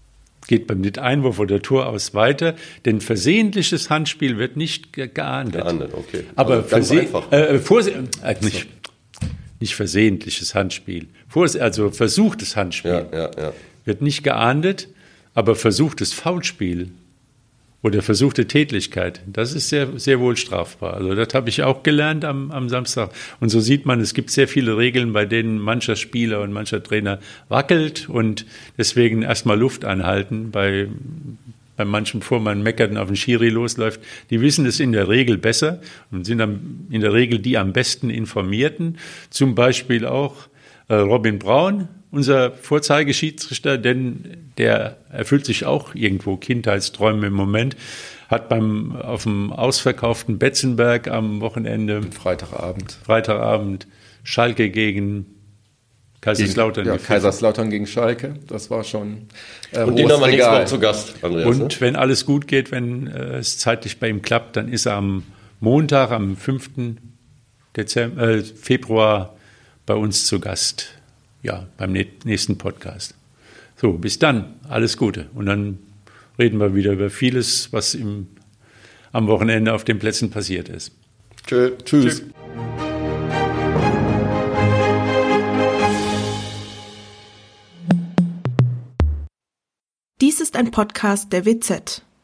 geht beim Nicht-Einwurf oder Tor aus weiter, denn versehentliches Handspiel wird nicht ge- geahndet. Geahndet, okay. Aber Also ganz verse- einfach. äh, vorse- äh, nicht, nicht versehentliches Handspiel, Vors- also versuchtes Handspiel Ja, ja, ja. wird nicht geahndet, aber versuchtes Foulspiel oder versuchte Tätlichkeit, das ist sehr, sehr wohl strafbar. Also das habe ich auch gelernt am, am Samstag. Und so sieht man, es gibt sehr viele Regeln, bei denen mancher Spieler und mancher Trainer wackelt und deswegen erstmal Luft anhalten bei, bei manchen, bevor man meckert und auf den Schiri losläuft. Die wissen es in der Regel besser und sind am, in der Regel die am besten Informierten. Zum Beispiel auch äh, Robin Braun, unser Vorzeigeschiedsrichter, denn der erfüllt sich auch irgendwo Kindheitsträume im Moment, hat beim auf dem ausverkauften Betzenberg am Wochenende, Freitagabend. Freitagabend, Schalke gegen Kaiserslautern. Ja, gepfiffen. Kaiserslautern gegen Schalke, das war schon äh, Und den hohes haben wir nächstes Regal. Mal zu Gast, Andreas. Und wenn alles gut geht, wenn äh, es zeitlich bei ihm klappt, dann ist er am Montag, am fünften Dezember, äh, Februar bei uns zu Gast. Ja, beim nächsten Podcast. So, bis dann. Alles Gute. Und dann reden wir wieder über vieles, was im, am Wochenende auf den Plätzen passiert ist. Tschö. Tschüss. Dies ist ein Podcast der W Z.